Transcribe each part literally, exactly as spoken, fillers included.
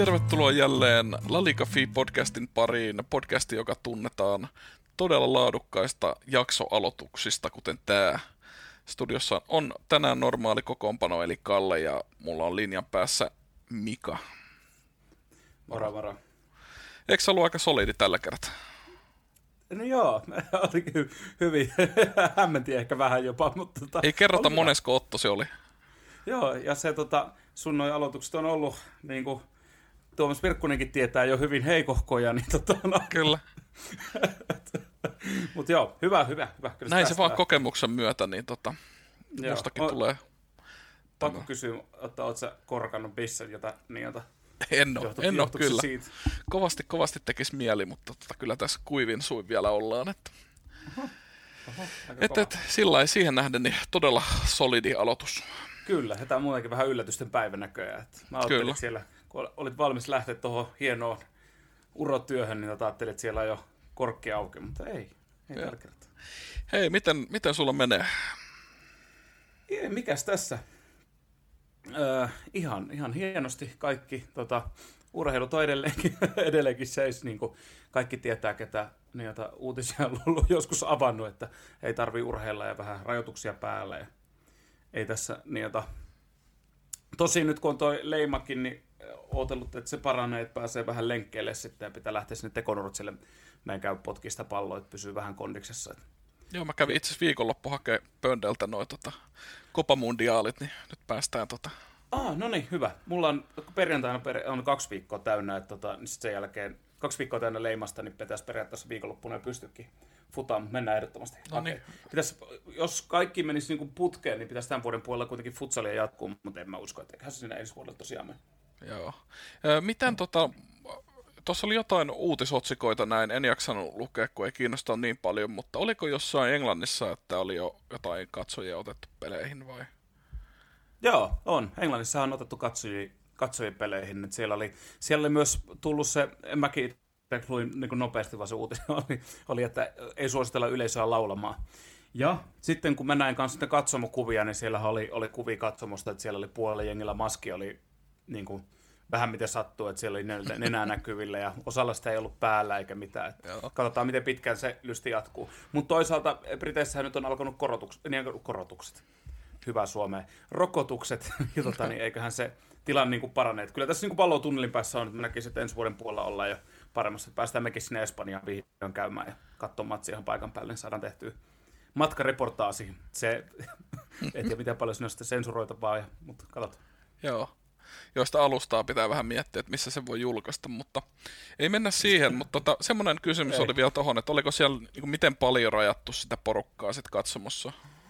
tervetuloa jälleen La Liga Fi-podcastin pariin, podcasti, joka tunnetaan todella laadukkaista jaksoaloituksista, kuten tämä. Studiossa on tänään normaali kokoonpano, eli Kalle, ja mulla on linjan päässä Mika. Moro, moro. Eikö se ollut aika solidi tällä kertaa? No joo, oli hyvin, hämmenti ehkä vähän jopa, mutta... Tota, ei kerrota monesko Otto se oli. Joo, ja se tota, sun noi aloitukset on ollut, niin kuin Tuomas Virkkunenkin tietää, jo hyvin heikohkoja, niin tota... No. Kyllä. Mutta joo, hyvä, hyvä. hyvä. Kyllä näin se vaan kokemuksen myötä, niin tota, joo, mustakin on, tulee... Pakko kysyä, että oot sä korkannut bissen, jota niin jota... En ole, en ole kyllä. Siitä? Kovasti, kovasti tekisi mieli, mutta tota, kyllä tässä kuivin suin vielä ollaan. Että Oho. Oho, et, et, sillä ei siihen nähden niin todella solidi aloitus. Kyllä, ja tämä on muutenkin vähän yllätysten päivä näköjään. Että mä ajattelin, kyllä. Että siellä, kun olit valmis lähteä tuohon hienoon urotyöhön, niin ajattelin, että siellä on jo korkki auki, mutta ei, ei tällä kertaa. Hei, miten, miten sulla menee? Ei, mikäs tässä? Öö, ihan, ihan hienosti kaikki. Tota, urheilut on edelleenkin, edelleenkin seis, niin kuin kaikki tietää, ketä niitä uutisia on ollut joskus avannut, että ei tarvii urheilla ja vähän rajoituksia päällä. Ja ei tässä niitä... Tosin nyt kun on toi leimakin, niin ootellut, että se paranee, että pääsee vähän lenkkeelle sitten ja pitää lähteä sinne tekonurtsille. Mä en käy potkista palloa, että pysyy vähän kondiksessa. Joo, mä kävin itse asiassa viikonloppu hakee Pöndeltä noi tota, Copa-mundiaalit, niin nyt päästään tota... Ah, no niin, hyvä. Mulla on perjantaina per, on kaksi viikkoa täynnä, että tota, niin sit sen jälkeen kaksi viikkoa täynnä leimasta, niin pitäisi periaatteessa viikonloppuna ja pystykin futaan, mutta mennään ehdottomasti. No niin. Pitäisi, jos kaikki menisi niin kuin putkeen, niin pitäisi tämän vuoden puolella kuitenkin futsalia jatkuu, mutta en mä usko, että eiköhän se siinä ensi vuodella tosiaan mene. Joo. Miten tota... Tuossa oli jotain uutisotsikoita näin, en jaksanut lukea, kun ei kiinnosta niin paljon, mutta oliko jossain Englannissa, että oli jo jotain katsojia otettu peleihin vai? Joo, on. Englannissa on otettu katsojia, katsojia peleihin. Että siellä, oli, siellä oli myös tullut se, mäkin luin niin nopeasti vaan se uutinen, oli, oli, että ei suositella yleisöä laulamaan. Ja sitten kun mä näin kanssa katsomokuvia, niin siellä oli, oli kuvia katsomosta, että siellä oli puolella jengillä maski, oli niin kuin, vähän miten sattuu, että siellä oli nenää näkyvillä ja osalla sitä ei ollut päällä eikä mitään. Katsotaan, miten pitkään se lysti jatkuu. Mutta toisaalta Briteissähän nyt on alkanut korotukset, niin korotukset. Hyvä Suomeen. Rokotukset, ja tota, niin eiköhän se tilanne niin kuin parane. Et kyllä tässä niin kuin palloa tunnelin päässä on, että mä näkisin, että ensi vuoden puolella ollaan jo paremmassa. Päästään mekin sinne Espanjaan vihdoin käymään ja katsomaan matsia ihan paikan päälle, niin saadaan tehtyä matkareportaasi. Se, et tiedä miten paljon sinne on sitten sensuroitavaa, mutta katsotaan. Joo. Joista alustaa pitää vähän miettiä, että missä se voi julkaista, mutta ei mennä siihen. Mutta tota, semmoinen kysymys ei. Oli vielä tohon, että oliko siellä niin kuin, miten paljon rajattu sitä porukkaa sit katsomossa?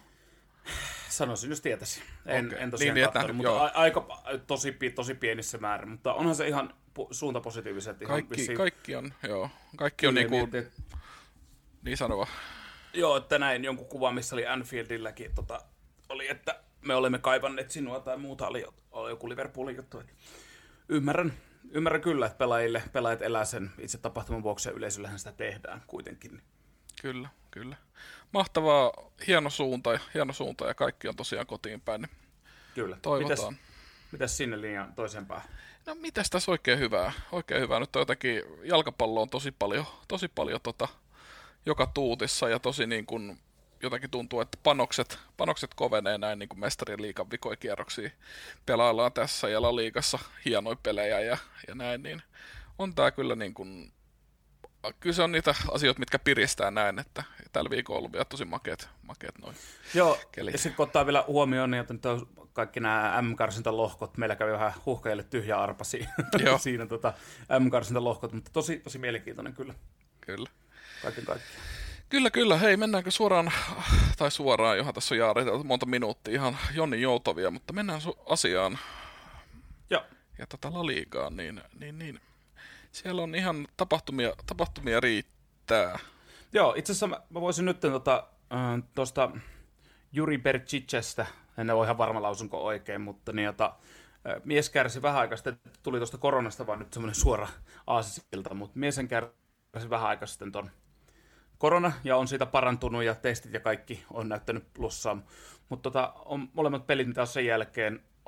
Sanoisin, jos tietäisi. En, okay. en tosiaan niin, katsonut, mutta a- aika tosi, tosi pienissä määrin. Mutta onhan se ihan pu- suuntapositiiviset. Ihan kaikki, vissiin... kaikki on, joo. Kaikki on niin kuin, mietin, niin sanova. Joo, että näin jonkun kuvan, missä oli Anfieldilläkin, tota, oli, että me olemme kaivanneet sinua tai muuta, oli, oli joku Liverpoolin juttu. Ymmärrän, ymmärrän kyllä, että pelaajille, pelaajat elää sen itse tapahtuman vuoksi ja yleisöllähän sitä tehdään kuitenkin. Kyllä, kyllä. Mahtavaa, hieno suunta, hieno suunta ja kaikki on tosiaan kotiin päin. Niin kyllä. Toivotaan. Mitäs, mitäs sinne linjan toiseen päähän? No mitäs tässä oikein hyvää? Oikein hyvää. Nyt on jotenkin, jalkapallo on tosi paljon, tosi paljon tota, joka tuutissa ja tosi niin kuin jotenkin tuntuu, että panokset, panokset kovenee näin niin kuin Mestarien liigan vikokierroksia. Pelaillaan tässä ja La Ligassa hienoja pelejä ja, ja näin, niin on tää kyllä niin kuin, kyllä se on niitä asioita, mitkä piristää näin, että tällä viikolla on ollut vielä tosi makeat, makeat noin Joo, kelit. Ja sitten kun ottaa vielä huomioon, niin että kaikki nämä M-karsintalohkot, meillä kävi vähän huuhkajille tyhjä arpa siinä, siinä tota, M-karsintalohkot, mutta tosi, tosi mielenkiintoinen kyllä. Kyllä. Kaiken kaikkiaan. Kyllä, kyllä. Hei, mennäänkö suoraan, tai suoraan, johon tässä on jaariteltu monta minuuttia, ihan Jonni Joutovia, mutta mennään su- asiaan. Joo. Ja tätä La Ligaan, niin, niin, niin. Siellä on ihan tapahtumia, tapahtumia riittää. Joo, itse asiassa mä, mä voisin nyt tuosta äh, tosta Juri Berčičestä, en ole ihan varma lausunko oikein, mutta niin, jota, äh, mies kärsi vähän aikaa sitten, tuli tuosta koronasta vaan nyt semmoinen suora aasisilta, mutta mies kärsi vähän aikaa sitten ton korona ja on siitä parantunut ja testit ja kaikki on näyttänyt plussaa. Mutta tota, on molemmat pelit, mitä on sen jälkeen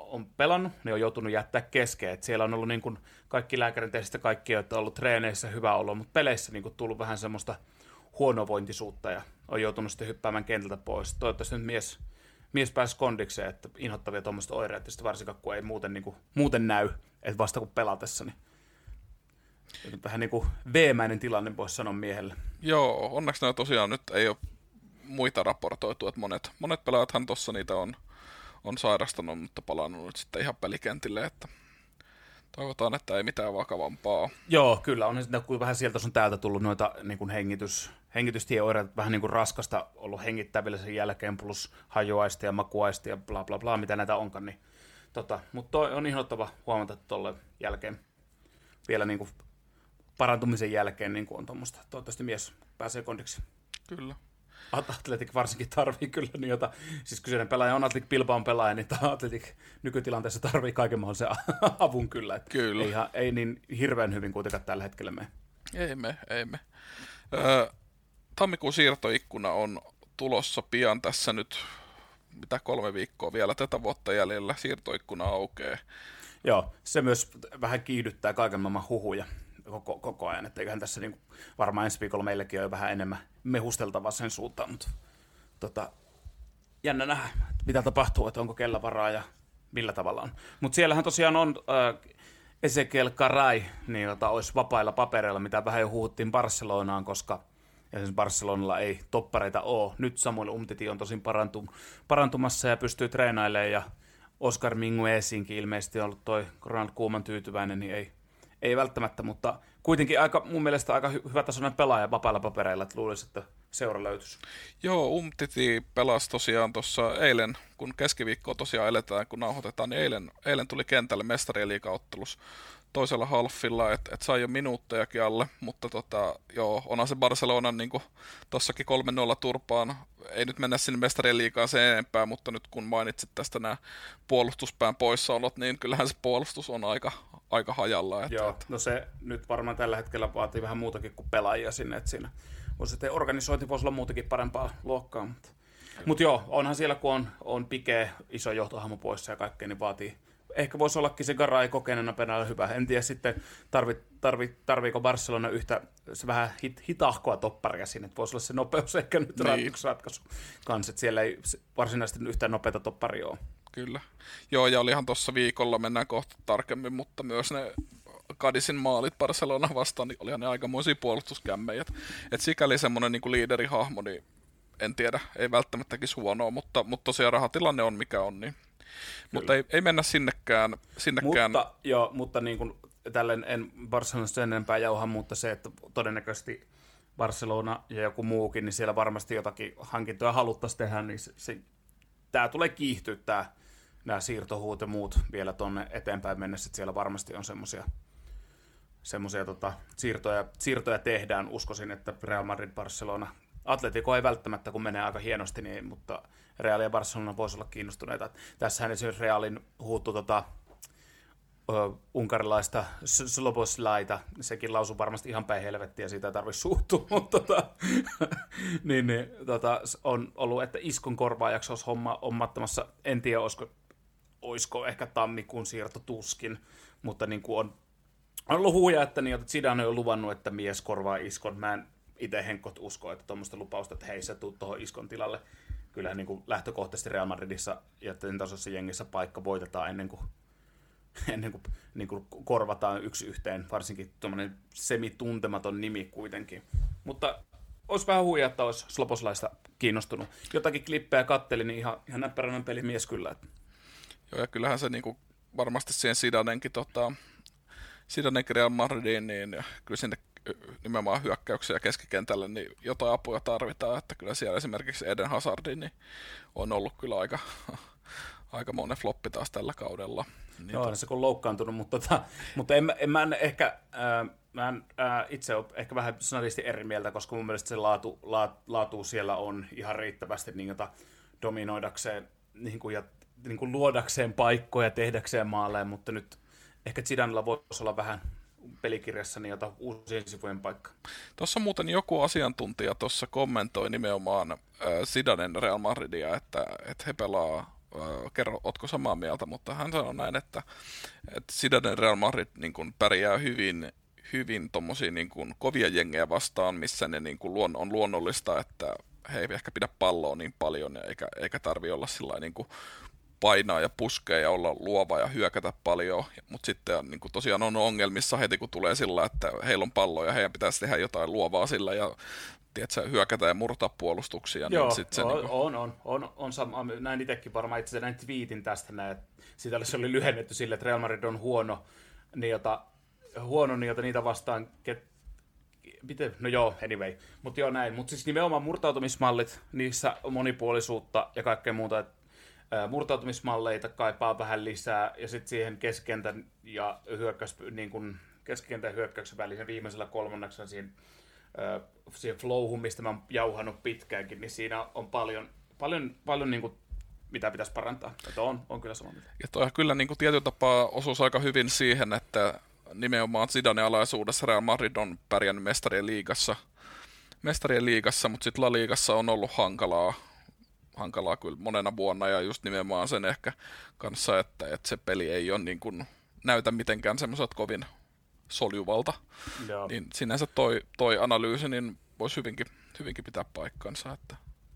on pelannut, ne on joutunut jättää kesken. Et siellä on ollut niin kuin kaikki lääkärin testistä kaikki, joita on ollut treeneissä hyvä olo, mutta peleissä niin kuin tullut vähän semmoista huonovointisuutta ja on joutunut sitten hyppäämään kentältä pois. Toivottavasti nyt mies, mies pääsi kondikseen, että inhottavia tuommoista oireita, ja varsinkaan kun ei muuten, niin kuin, muuten näy, että vasta kun pelatessa, niin vähän niin kuin veemäinen tilanne voisi sanoa miehelle. Joo, onneksi nämä tosiaan nyt ei ole muita raportoitu, että monet, monet pelaajathan tuossa niitä on, on sairastanut, mutta palannut nyt sitten ihan pelikentille, että toivotaan, että ei mitään vakavampaa. Joo, kyllä. On sitten kun vähän sieltä sun täältä tullut noita niin kuin hengitys, hengitystieoireita, vähän niin kuin raskasta ollut hengittävillä sen jälkeen, plus hajuaisti ja makuaisti ja bla bla bla, mitä näitä onkaan. Niin, tota, mutta toi on ihanottava huomata, että tuolle jälkeen vielä niin kuin parantumisen jälkeen niin kuin on tuommoista. Toivottavasti mies pääsee kondiksi. Kyllä. Atletic varsinkin tarvii kyllä niitä, siis kyseinen pelaaja on Atletic Bilbaon pelaaja, niin Atletic nykytilanteessa tarvii kaiken mahdollisen avun kyllä. Että kyllä. Ei, ihan, ei niin hirveän hyvin kuitenkaan tällä hetkellä mene. Ei me, ei me. Öö, tammikuun siirtoikkuna on tulossa pian tässä nyt, mitä kolme viikkoa vielä tätä vuotta jäljellä, siirtoikkuna aukeaa. Joo, se myös vähän kiihdyttää kaiken maailman huhuja koko, koko ajan, että eiköhän tässä niin varmaan ensi viikolla meilläkin on jo vähän enemmän mehusteltavaa sen suuntaan, mutta tota, jännä nähdä, mitä tapahtuu, että onko kellä varaa ja millä tavalla on. Mutta siellähän tosiaan on äh, Ezequiel Garay, niin jota olisi vapailla papereilla, mitä vähän jo huhuttiin Barcelonaan, koska ja siis Barcelonalla ei toppareita ole. Nyt Samuel Umtiti on tosin parantu, parantumassa ja pystyy treenailemaan, ja Oscar Minguezinkin ilmeisesti on ollut toi Ronald Koeman tyytyväinen, niin ei, ei välttämättä, mutta kuitenkin aika, mun mielestä aika hy- hyvä tasoinen pelaaja vapailla papereilla, että luulisi, että seura löytyisi. Joo, Umtiti pelasi tosiaan tuossa eilen, kun keskiviikkoa tosiaan eletään, kun nauhoitetaan, niin eilen, eilen tuli kentälle mestarien liigaottelus toisella halfilla, että et sai jo minuuttejakin alle, mutta tota, joo, onhan se Barcelonan niin tossakin kolme nolla turpaan, ei nyt mennä sinne mestarien liigaan sen enempää, mutta nyt kun mainitsit tästä nämä puolustuspään poissaolot, niin kyllähän se puolustus on aika, aika hajalla. Että, joo, että. no se nyt varmaan tällä hetkellä vaatii vähän muutakin kuin pelaajia sinne, että siinä voisi, että organisointi voisi olla muutakin parempaa luokkaa, mutta Mutta joo, onhan siellä, kun on, on Piqué, iso johtohahmo poissa ja kaikkea, niin vaatii. Ehkä voisi ollakin se Garay kokeneena penäällä hyvä. En tiedä sitten, tarvi, tarvi, tarviiko Barcelona yhtä se vähän hit, hitahkoa topparia sinne. Että voisi olla se nopeus ehkä nyt niin. yksi ratkaisu kanssa. Että siellä ei varsinaisesti yhtään nopeata topparia ole. Kyllä. Joo, ja olihan tuossa viikolla, mennään kohta tarkemmin, mutta myös ne Cadisin maalit Barcelona vastaan, niin olihan ne aikamoisia puolustuskämmejä. Että sikäli semmoinen niin kuin liiderihahmo, niin en tiedä, ei välttämättäkin huonoa, mutta, mutta tosiaan rahatilanne on mikä on, niin. Mutta ei, ei mennä sinnekään. sinnekään. Mutta, joo, mutta niin kuin, tälleen en Barcelonasta sen enempää jauha, mutta se, että todennäköisesti Barcelona ja joku muukin, niin siellä varmasti jotakin hankintoja haluttaisiin tehdä, niin se, se, tämä tulee kiihtyttää nämä siirtohuut ja muut vielä tuonne eteenpäin mennessä, että siellä varmasti on semmoisia semmoisia tota, siirtoja, siirtoja tehdään, uskoisin, että Real Madrid, Barcelona, Atletico ei välttämättä, kun menee aika hienosti, niin, mutta Real ja Barcelona voisi olla kiinnostuneita. Tässähän esimerkiksi Realin huuttu tota, ö, unkarilaista Sloboslaita, sekin lausuu varmasti ihan päin helvettiä, siitä ei tarvitse suuttua, mutta tota, niin, niin, tota, on ollut, että Iskon korvaajaksi olisi homma ommattamassa, en tiedä, olisiko, olisiko ehkä tammikuun siirto tuskin, mutta niin kuin on, on ollut huuja, että niin, Zidane on luvannut, että mies korvaa Iskon. Mä en itse henkot usko, että tuommoista lupausta, että hei, sä tuut tuohon Iskon tilalle. Kyllähän niin kuin lähtökohtaisesti Real Madridissa ja tämän tasoisessa jengissä paikka voitetaan ennen kuin, ennen kuin, niin kuin korvataan yksi yhteen, varsinkin tuommoinen semituntematon nimi kuitenkin. Mutta olisi vähän huijaa, että olisi Sloboslaista kiinnostunut. Jotakin klippejä kattelin, niin ihan, ihan näppäränän pelimies kyllä. Joo, ja kyllähän se niin kuin varmasti siihen Zidanenkin, tota, Zidanenkin Real Madridiin, niin kyllä sinne nimenomaan hyökkäyksiä ja keskikentälle, niin jotain apuja tarvitaan, että kyllä siellä esimerkiksi Eden Hazardin niin on ollut kyllä aika, aika monen floppi taas tällä kaudella. Niin joo, to... se kun loukkaantunut, mutta, tota, mutta en, en, mä en ehkä, äh, mä en, äh, itse ole ehkä vähän snadisti eri mieltä, koska mun mielestä se laatu, laatu, laatu siellä on ihan riittävästi niin jota dominoidakseen niin kuin, ja niin kuin luodakseen paikkoja, tehdäkseen maaleen, mutta nyt ehkä Zidanella voisi olla vähän pelikirjassa niin jota uusien sivujen paikka. Tuossa muuten joku asiantuntija tuossa kommentoi nimenomaan äh, Zidanen Real Madridia, että, että he pelaa äh, kerro, ootko samaa mieltä, mutta hän sanoi näin, että, että Zidanen Real Madrid niin kuin pärjää hyvin, hyvin tommosia niin kuin kovia jengejä vastaan, missä ne niin kuin luon, on luonnollista, että he ei ehkä pidä palloa niin paljon, eikä, eikä tarvi olla sillä niin kuin painaa ja puskea ja olla luova ja hyökätä paljon, mutta sitten niin kuin tosiaan on ongelmissa heti, kun tulee sillä, että heillä on pallo ja heidän pitäisi tehdä jotain luovaa sillä ja tiedätkö, hyökätä ja murtaa puolustuksia. Joo, niin sit se on, niin kuin... on, on, on, on sama. Näin itsekin varmaan itse näin twiitin tästä, näin, että siitä oli, se oli lyhennetty sille, että Real Madrid on huono, niin jota, huono niin jota niitä vastaan, ket, miten, no joo, anyway, mutta joo näin, mutta siis nimenomaan murtautumismallit, niissä on monipuolisuutta ja kaikkea muuta, että murtautumismalleita kaipaa vähän lisää, ja sitten siihen keskentän ja hyökkäys, niin kuin keskentän hyökkäyksen välisen viimeisellä kolmanneksella siihen, äh, siihen flowhun, mistä mä oon jauhannut pitkäänkin, niin siinä on paljon, paljon, paljon niin kuin, mitä pitäisi parantaa. Että on, on kyllä samaa mieltä. Ja toi kyllä niin kuin tietyllä tapaa osuus aika hyvin siihen, että nimenomaan Zidanen alaisuudessa Real Madrid on pärjännyt mestarien liigassa, mestarien liigassa, mutta sitten La Ligassa on ollut hankalaa. hankalaa kyllä monena vuonna ja just nimenomaan sen ehkä kanssa, että, että se peli ei ole niin kuin, näytä mitenkään semmoiselta kovin soljuvalta. Joo. Niin sinänsä toi, toi analyysi niin voisi hyvinkin, hyvinkin pitää paikkansa. Että.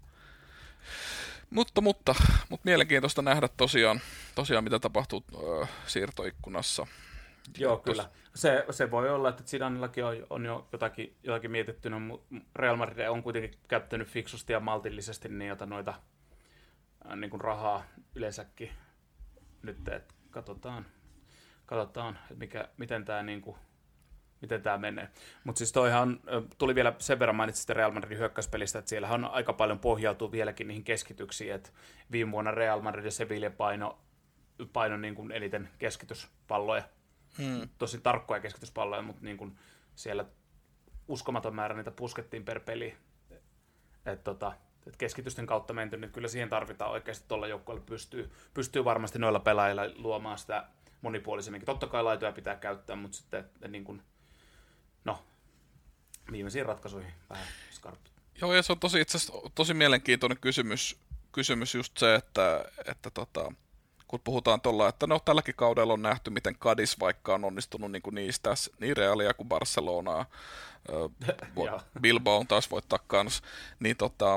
Mutta, mutta, mutta mielenkiintoista nähdä tosiaan, tosiaan mitä tapahtuu ö, siirtoikkunassa. Joo, kyllä. Se, se voi olla, että Zidanillakin on, on jo jotakin, jotakin mietittynä, mutta Real Madrid on kuitenkin käyttänyt fiksusti ja maltillisesti niitä noita niin kuin rahaa yleensäkin. Nyt että katsotaan, katsotaan mikä, miten tämä niin kuin, miten tämä menee. Mutta siis toihan tuli vielä sen verran mainitsit Real Madridin hyökkäyspelistä, että siellä on aika paljon pohjautuu vieläkin niihin keskityksiin, että viime vuonna Real Madrid ja Sevilla paino, paino niin kuin eniten keskityspalloja. Hmm. Tosi tarkkoja keskityspalloja, mutta niin kuin siellä uskomaton määrä niitä puskettiin per peli. Et tota, et keskitysten kautta menty, niin kyllä siihen tarvitaan oikeasti tuolla joukkueella pystyy, pystyy varmasti noilla pelaajilla luomaan sitä monipuolisemminkin. Totta kai laitoja pitää käyttää, mutta sitten et niin kuin, no, viimeisiin ratkaisuihin vähän skarppi. Joo, ja se on tosi, itse asiassa tosi mielenkiintoinen kysymys, kysymys just se, että, että tota, kun puhutaan tuolla, että no tälläkin kaudella on nähty, miten Cadiz vaikka on onnistunut niin kuin niistä, niin Realia kuin Barcelonaa, Bilbao on taas voittaa kanssa, niin tota,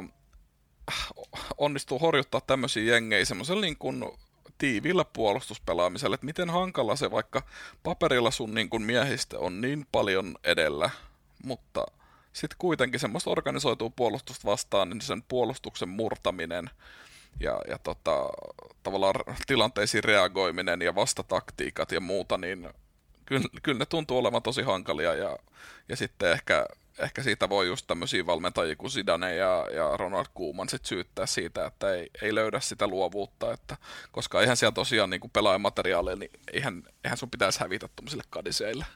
onnistuu horjuttaa tämmöisiä jengejä semmoisella niin kuin tiiviillä puolustuspelaamisella, että miten hankala se vaikka paperilla sun niin kuin miehistä on niin paljon edellä, mutta sitten kuitenkin semmoista organisoituu puolustusta vastaan, niin sen puolustuksen murtaminen ja, ja tota, tavallaan tilanteisiin reagoiminen ja vastataktiikat ja muuta, niin kyllä, kyllä ne tuntuu olevan tosi hankalia ja, ja sitten ehkä, ehkä siitä voi just tämmöisiä valmentajia kuin Zidane ja, ja Ronald Koeman sit syyttää siitä, että ei, ei löydä sitä luovuutta, että, koska eihän siellä tosiaan niin pelaajamateriaaleja, niin eihän, eihän sun pitäisi hävitä tuollaisille kadiseille.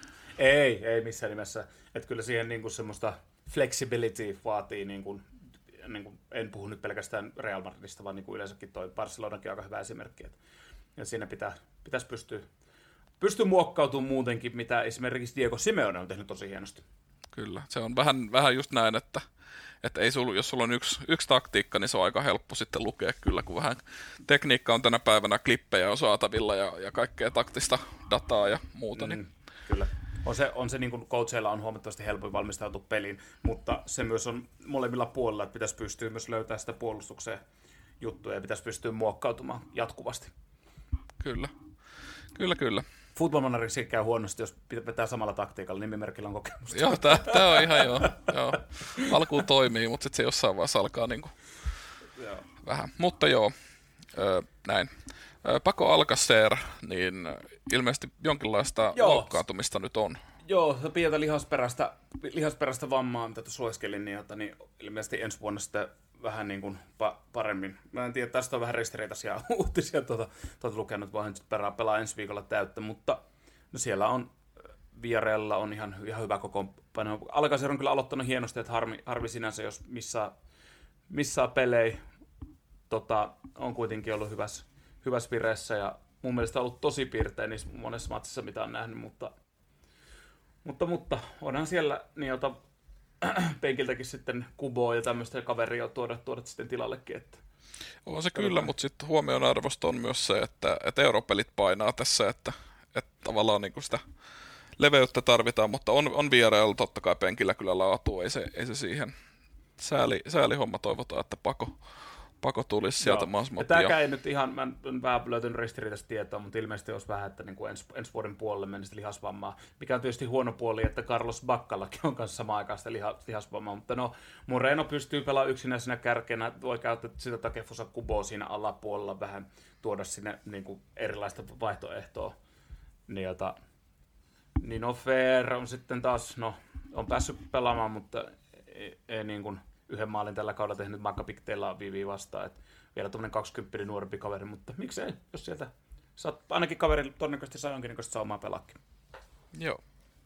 Ei, ei missään nimessä. Että kyllä siihen niin kuin semmoista flexibility vaatii, niin kuin, niin kuin, en puhu nyt pelkästään Real Madridista, vaan niin kuin yleensäkin toi Barcelonakin on aika hyvä esimerkki. Että, ja siinä pitää, pitäisi pystyä, pystyä muokkautumaan muutenkin, mitä esimerkiksi Diego Simeone on tehnyt tosi hienosti. Kyllä, se on vähän, vähän just näin, että, että ei sul, jos sulla on yksi, yksi taktiikka, niin se on aika helppo sitten lukea kyllä, kun vähän tekniikka on tänä päivänä, klippejä on saatavilla ja, ja kaikkea taktista dataa ja muuta. Mm, niin. Kyllä. On se, on se niin kuin coacheilla on huomattavasti helpompi valmistautua peliin, mutta se myös on molemmilla puolilla, että pitäisi pystyä myös löytämään sitä puolustukseen juttuja ja pitäisi pystyä muokkautumaan jatkuvasti. Kyllä, kyllä, kyllä. Football Managerissa käy huonosti, jos pitää samalla taktiikalla, nimimerkillä on kokemusta. Joo, tämä on ihan joo. joo. Alkuun toimii, mutta sitten se jossain vaiheessa alkaa niinku vähän. Mutta joo, öö, näin. Paco Alcacer, niin ilmeisesti jonkinlaista joo. loukkaantumista nyt on. Joo, pientä lihasperäistä, lihasperäistä vammaa, mitä tuossa lueskelin, niin, jota, niin ilmeisesti ensi vuonna sitten vähän niin kuin pa- paremmin. Mä en tiedä, tästä on vähän ristiriitaisia uutisia, tuota, tuota lukenut, vaan nyt perään pelaa ensi viikolla täyttä, mutta no siellä on, Villarrealilla on ihan, ihan hyvä kokoonpano. Alcacer on kyllä aloittanut hienosti, että harmi, harmi sinänsä, jos missään, missään pelejä tota, on kuitenkin ollut hyvässä, hyvässä vireessä ja mun mielestä on ollut tosi piirtein niissä monessa matsissa, mitä on nähnyt, mutta, mutta, mutta onhan siellä niin jota penkiltäkin sitten kuboa ja tämmöistä kaveria tuoda, tuoda sitten tilallekin, että On se kyllä, mutta sitten huomionarvosta on myös se, että, että europelit painaa tässä, että, että tavallaan niin kuin sitä leveyttä tarvitaan, mutta on, on vierellä totta kai penkillä kyllä laatu, ei se, ei se siihen sääli, säälihomma toivotaan, että pako, pako tulisi sieltä mahdollisimman pian. Tämäkään ei nyt ihan, mä en vähän löytynyt ristiriitaista tietoa, mutta ilmeisesti olisi vähän, että niin kuin ens, ensi vuoden puolelle menisi lihasvammaa, mikä on tietysti huono puoli, että Carlos Baccallakin on kanssa samaan aikaan sitä liha, lihasvammaa, mutta no Moreno pystyy pelaamaan yksinäisenä kärkenä, voi käyttää sitä Takefusa Kuboa siinä alapuolella vähän, tuoda sinne niin kuin erilaista vaihtoehtoa. Niin, jota, niin no Fair on sitten taas, no on päässyt pelaamaan, mutta ei, ei niin kuin yhden maalin tällä kaudella tehnyt Maccabikteilla viiviä vastaan, että vielä tuommoinen kaksikymmentä nuorempi kaveri, mutta miksei, jos sieltä saat, ainakin kaveri todennäköisesti saa jonkinnäköistä saumaa pelaakin. Joo.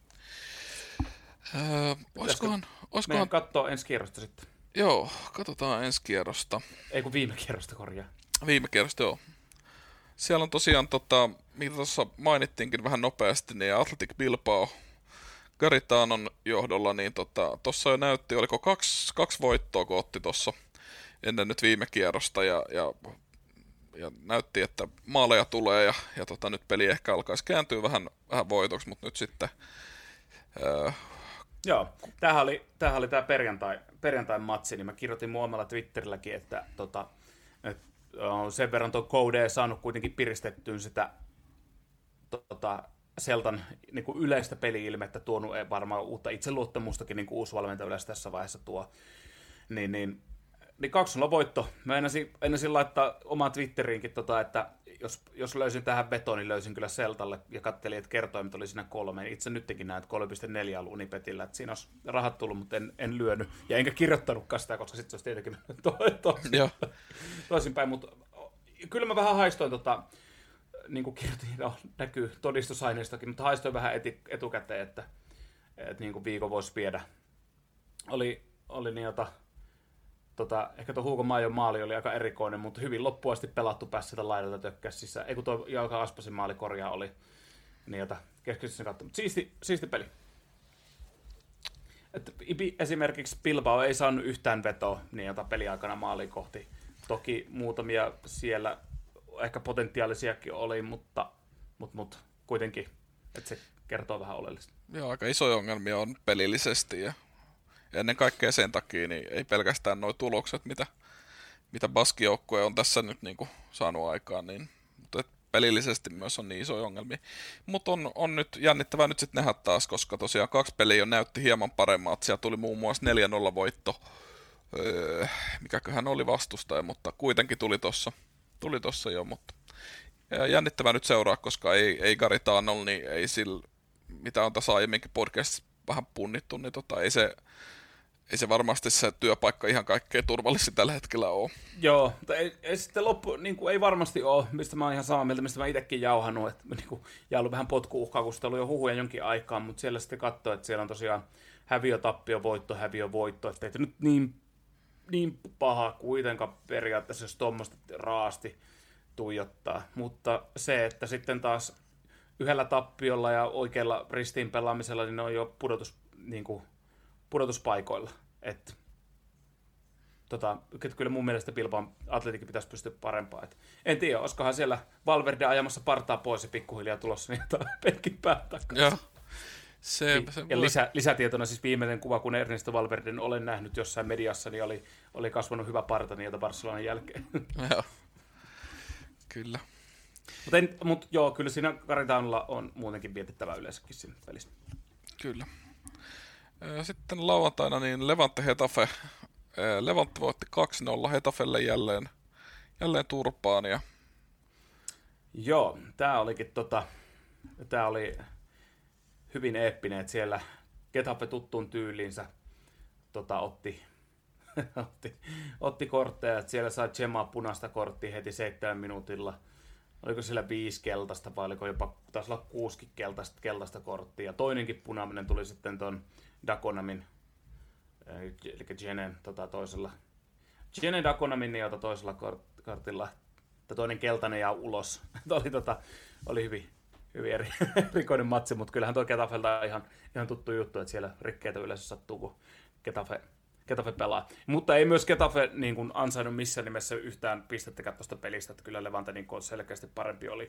Öö, olisikohan... olisikohan... Meidän katsoo ensi kierrosta sitten. Joo, katsotaan ensi kierrosta. Ei kun viime kierrosta korjaa. Viime kierrosta, joo. Siellä on tosiaan, tota, mitä tuossa mainittiinkin vähän nopeasti, niin Athletic Bilbao Garitanon johdolla, niin tuossa tota, jo näytti, oliko kaksi, kaksi voittoa, kun otti tuossa ennen nyt viime kierrosta, ja, ja, ja näytti, että maaleja tulee, ja, ja tota, nyt peli ehkä alkaisi kääntyä vähän, vähän voitoksi, mutta nyt sitten... Ää... Joo, tämähän oli, tämähän oli tämä perjantai, perjantain matsi, niin mä kirjoitin mun omalla Twitterilläkin, että tota, et, sen verran tuo Code saanut kuitenkin piristettyä sitä tota, Celtan niin kuin yleistä peli-ilmettä, tuonut varmaan uutta itseluottamustakin, niin kuin uusi valmentaja yleensä tässä vaiheessa tuo. Niin, niin, niin kaksi nolla voitto. Mä enäsin, enäsin laittaa omaan Twitteriinkin, tota, että jos, jos löysin tähän vetoon, niin löysin kyllä Celtalle ja katselin, että kertoimet oli siinä kolme. Itse nytkin näin, että kolme pilkku neljä on Unipetillä. Että siinä olisi rahat tullut, mutta en, en lyönyt. Ja enkä kirjoittanutkaan sitä, koska sitten se olisi tietenkin to, to, to, toisinpäin. Mutta kyllä mä vähän haistoin, tota, niin kuin kirjoitin, no, näkyy todistusaineistokin, mutta haistoin vähän eti, etukäteen, että, että niin kuin viikon voisi viedä. Oli, oli niin, jota... Tota, ehkä tuo Hugo Majon maali oli aika erikoinen, mutta hyvin loppuasti pelattu päässä sitä laidalta tökkäsi sisään. Ei kun tuo Jalka Aspasin maali korjaa oli, niin jota keskityssä kautta. Mutta siisti, siisti peli. Et esimerkiksi Bilbao ei saanut yhtään vetoa niin jota peliaikana maaliin kohti. Toki muutamia siellä ehkä potentiaalisiakin oli, mutta, mutta, mutta kuitenkin, että se kertoo vähän oleellista. Joo, aika isoja ongelmia on pelillisesti ja ennen kaikkea sen takia niin ei pelkästään nuo tulokset, mitä, mitä Baski-joukkue on tässä nyt niin kuin saanut aikaan, niin, mutta pelillisesti myös on niin isoja ongelmia. Mutta on, on nyt jännittävää nyt sitten nähdä taas, koska tosiaan kaksi peliä jo näytti hieman paremmat. Siellä tuli muun muassa neljä nolla voitto, öö, mikäköhän oli vastustaja, mutta kuitenkin tuli tossa, tuli tossa jo. Mutta jännittävää nyt seuraa, koska ei, ei Garitanolla, niin ei sillä, mitä on tässä aiemminkin podcastissa vähän punnittu, niin tota, ei se... Ei se varmasti se työpaikka ihan kaikkein turvallisin tällä hetkellä ole. Joo, mutta ei, ei sitten loppu, niin kuin ei varmasti ole, mistä mä oon ihan samaa mieltä, mistä mä itsekin jauhannut, että niin kuin, ja ollut vähän potku-uhkaa, kun sitä ollut jo huhuja jonkin aikaan, mutta siellä sitten katsoo, että siellä on tosiaan häviö, tappio, voitto, häviö, voitto, että ei nyt niin, niin paha kuitenkaan periaatteessa, jos tuommoista raasti tuijottaa, mutta se, että sitten taas yhdellä tappiolla ja oikealla ristiin pelaamisella, niin ne on jo pudotus, niin kuin, pudotuspaikoilla. Et, tota, kyllä mun mielestä Bilbaan Atletikin pitäisi pystyä parempaan. Et, en tiedä, olisikohan siellä Valverde ajamassa partaa pois ja pikkuhiljaa tulossa niitä penkin päät takaisin. Joo. Se, se ja voi... lisä, lisätietona siis viimeinen kuva, kun Ernesto Valverden olen nähnyt jossain mediassa, niin oli, oli kasvanut hyvä parta niiltä Barcelonan jälkeen. Joo. Kyllä. Mutta mut, joo, kyllä siinä Garitanolla on muutenkin vietettävää yleensäkin siinä pelissä. Kyllä. Sitten lauantaina niin Levante Hetafe. Levante voitti kaksi nolla Hetafelle jälleen, jälleen turpaan. Ja... Joo, tää olikin tota, tää oli hyvin eeppinen, että siellä Getafe tuttuun tyyliinsä tota, otti, otti, otti kortteja, että siellä sai Chema punaista korttia heti seitsemän minuutilla. Oliko siellä viisi keltaista vai oliko jopa, taisi olla kuusikin keltaista, keltaista korttia. Toinenkin punainen tuli sitten ton Daconamin, eli Genen tota, toisella. Genen Daconamin jota toisella kortilla. Toinen keltainen ja ulos. oli, tota, oli hyvin, hyvin eri, erikoinen matsi, mutta kyllähän tuo Getafelta on ihan, ihan tuttu juttu, että siellä rikkeitä yleensä sattuu, kun Getafe Getafe pelaa. Mutta ei myös Getafe niin kuin ansainnut missään nimessä yhtään pistettäkään tuosta pelistä, että kyllä Levante niin kuin selkeästi parempi oli.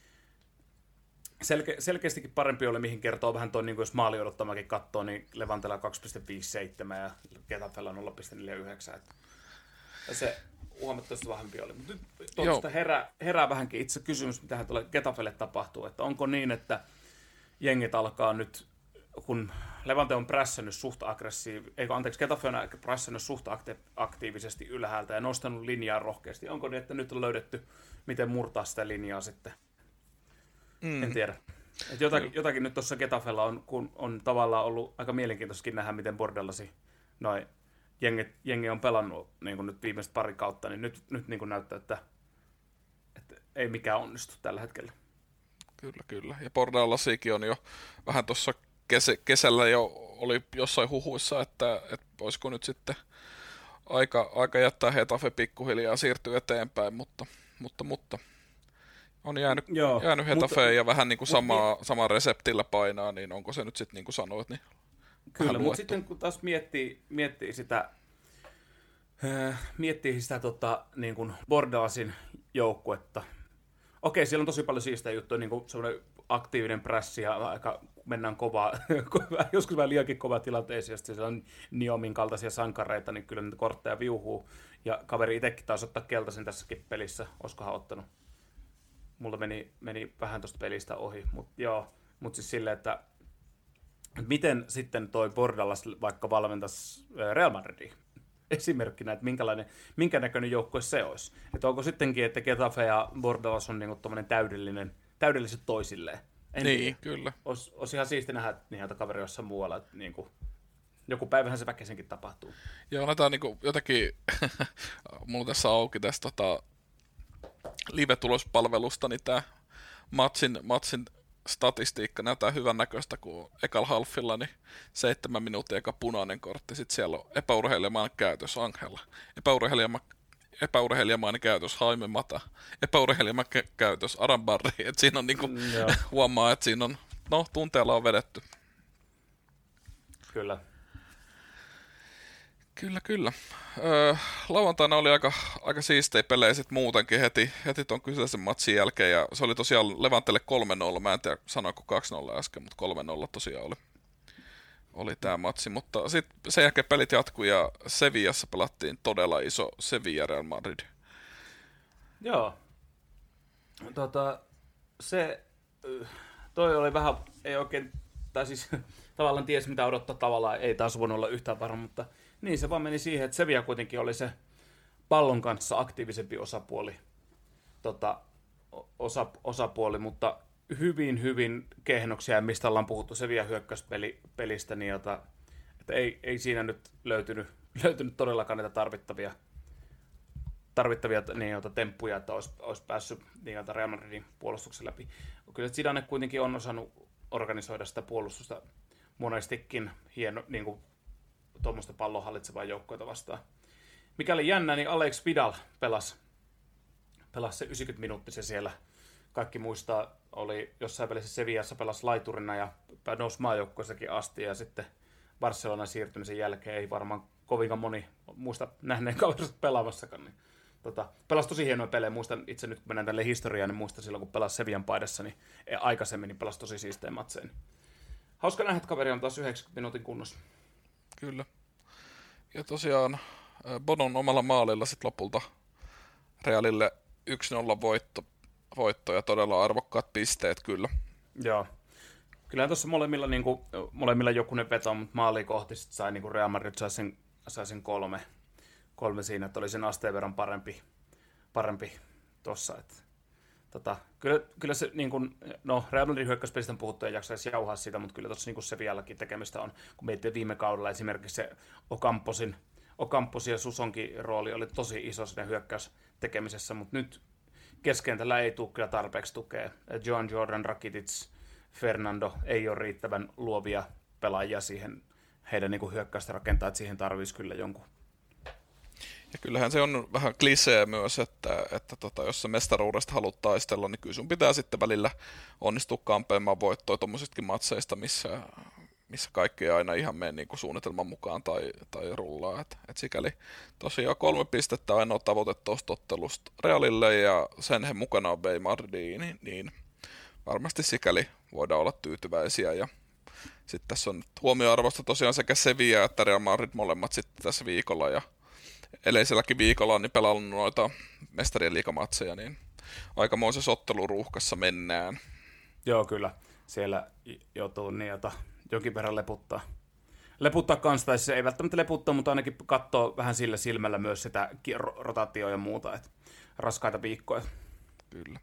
Selke- selkeästikin parempi oli, mihin kertoo vähän tuo, niin kuin jos maali odottamakin katsoo, niin Levantella kaksi pilkku viisikymmentäseitsemän ja Getafella nolla pilkku neljäkymmentäyhdeksän. Ja se huomattavasti vahvempi oli. Mutta nyt tuosta herää, herää vähänkin itse kysymys, mitä tuolle Getafelle tapahtuu. Että onko niin, että jengit alkaa nyt, kun Levante on prässännyt suht aggressiivisesti, eikö anteeksi, Getafe on prässännyt suht aktiivisesti ylhäältä ja nostanut linjaa rohkeasti. Onko niin, että nyt on löydetty, miten murtaa sitä linjaa sitten? Mm. En tiedä. Et jotakin, jotakin nyt tuossa Getafella on, kun on tavallaan ollut aika mielenkiintoiskin nähdä, miten Bordellasi noi jengi, jengi on pelannut niin kuin nyt viimeiset pari kautta, niin nyt, nyt niin kuin näyttää, että, että ei mikään onnistu tällä hetkellä. Kyllä, kyllä. Ja Bordellasikin on jo vähän tuossa kesä, kesällä jo oli jossain huhuissa, että, että olisiko nyt sitten aika, aika jättää Getafe pikkuhiljaa siirtyä eteenpäin, mutta, mutta, mutta on jäänyt, Joo, jäänyt Getafeen ja vähän niin kuin samaa, samaa reseptillä painaa, niin onko se nyt sitten niin kuin sanoit, niin kyllä, mutta sitten kun taas miettii, miettii sitä, äh, miettii sitä tota, niin kuin Bordellasin joukkuetta. Okei, siellä on tosi paljon siistejä juttuja, niin kuin semmoinen aktiivinen prässi ja aika mennään kovaa, joskus vähän liiankin kovaa tilanteeseen, ja siellä on Niomin kaltaisia sankareita, niin kyllä niitä kortteja viuhuu. Ja kaveri itsekin taisi ottaa keltaisen tässäkin pelissä, olisikohan ottanut. Mulla meni, meni vähän tuosta pelistä ohi, mutta joo, mutta siis silleen, että miten sitten toi Bordellas vaikka valmentaisi Real Madridia? Esimerkkinä, että minkälainen, minkä näköinen joukkue se olisi. Että onko sittenkin, että Getafe ja Bordellas on niinku tommoinen täydellinen, täydelliset toisilleen. En niin, tiedä. Kyllä. Olisi, olisi ihan siisti nähdä niitä kaveria jossain muualla, että niinku, joku päivähän se väkisenkin tapahtuu. Joo, näitä on niinku jotakin, mulla tässä auki tästä tota, live-tulospalvelusta, niin tämä matsin, matsin statistiikka näyttää hyvän näköistä, kun ekal halfilla niin seitsemän minuuttia eka punainen kortti, sitten siellä on epäurheilijamainen käytös Angela, epäurheilijama, epäurheilijamainen käytös Jaime Mata, epäurheilijamainen käytös Arambarri, että siinä on niinku, mm, huomaa, että siinä on, no tunteella on vedetty. Kyllä. Kyllä, kyllä. Öö, lauantaina oli aika, aika siistejä pelejä sit muutenkin heti, heti tuon kyseisen matsin jälkeen, ja se oli tosiaan Levantelle kolme nolla, mä en tiedä sanoinko kaksi nolla äsken, mutta kolme nolla tosiaan oli, oli tämä matsi, mutta sitten sen jälkeen pelit jatkui, ja Sevillassa pelattiin todella iso Sevilla Real Madrid. Joo. Tota, se, toi oli vähän, ei oikein, tai siis tavallaan tiesi mitä odottaa, tavallaan ei taas voinut olla yhtään varma, mutta niin se vaan meni siihen, että Sevilla kuitenkin oli se pallon kanssa aktiivisempi osapuoli, tota, osa, osapuoli mutta hyvin, hyvin kehnoksia, mistä ollaan puhuttu Sevilla hyökkäyspelistä, niin jota, että ei, ei siinä nyt löytynyt, löytynyt todellakaan niitä tarvittavia, tarvittavia niin, jota temppuja, että olisi, olisi päässyt niin, jota Real Madridin puolustuksen läpi. Kyllä Zidane kuitenkin on osannut organisoida sitä puolustusta monestikin hieno, niin kuin tuommoista pallon hallitsevaa joukkoita vastaan. Mikäli jännä, niin Alex Vidal pelasi, pelasi se yhdeksänkymmentä minuuttisen siellä. Kaikki muistaa, oli jossain välissä Sevillassa pelasi laiturina ja nousi maajoukkoissakin asti, ja sitten Barcelona siirtymisen jälkeen ei varmaan kovinkaan moni muista nähneen kaverista pelaamassakaan. Niin, tota, pelasi tosi hienoja pelejä. Muistan itse nyt, kun mennään tälle historiaan, niin muistan silloin, kun pelasi Sevillan paidassa, niin aikaisemmin niin pelasi tosi siistejä matseja. Hauska nähdä, että kaveri on taas yhdeksänkymmentä minuutin kunnossa. Kyllä. Ja tosiaan Bonon omalla maalilla sitten lopulta Realille yksi nolla voitto, voitto ja todella arvokkaat pisteet kyllä. Joo. Kyllähän tuossa molemmilla, niin kuin, molemmilla jokunen veto, mutta maaliin kohti sai niin kuin Real Madrid sai sen, sai sen kolme, kolme siinä, että oli sen asteen verran parempi, parempi tuossa. Tota, kyllä, kyllä se, niin kuin, no Real Madridin hyökkäyspelistä on puhuttu, ei jaksaisi jauhaa siitä, mutta kyllä tuossa niin se vieläkin tekemistä on, kun miettii viime kaudella esimerkiksi se Ocamposin, Ocamposin ja Susonkin rooli oli tosi iso siinä hyökkäystekemisessä, mutta nyt keskentällä ei tule kyllä tarpeeksi tukea. John Jordan, Rakitic, Fernando ei ole riittävän luovia pelaajia siihen heidän niin kuin hyökkäystä rakentaa, että siihen tarvitsisi kyllä jonkun. Ja kyllähän se on vähän klisee myös, että, että tota, jos sä mestaruudesta haluat taistella, niin kyllä sun pitää sitten välillä onnistua kampeamaan voittoa tuommoisestakin matseista, missä, missä kaikki ei aina ihan mene niin kuin suunnitelman mukaan tai, tai rullaa. Et, et sikäli tosiaan kolme pistettä ainoa tavoite tuosta ottelusta Realille ja sen he mukana on vei Madridiin, niin, niin varmasti sikäli voidaan olla tyytyväisiä. Ja sitten tässä on huomioarvosta tosiaan sekä Sevilla että Real Madrid molemmat sitten tässä viikolla ja edelliselläkin viikolla on niin pelannut noita mestarien liigamatseja, niin aikamoisessa otteluruuhkassa mennään. Joo, kyllä. Siellä joutuu niin, jota jonkin verran leputtaa. Leputtaa kanssa, tai siis ei välttämättä leputtaa, mutta ainakin katsoo vähän sillä silmällä myös sitä rotaatioa ja muuta, että raskaita viikkoja. Kyllä.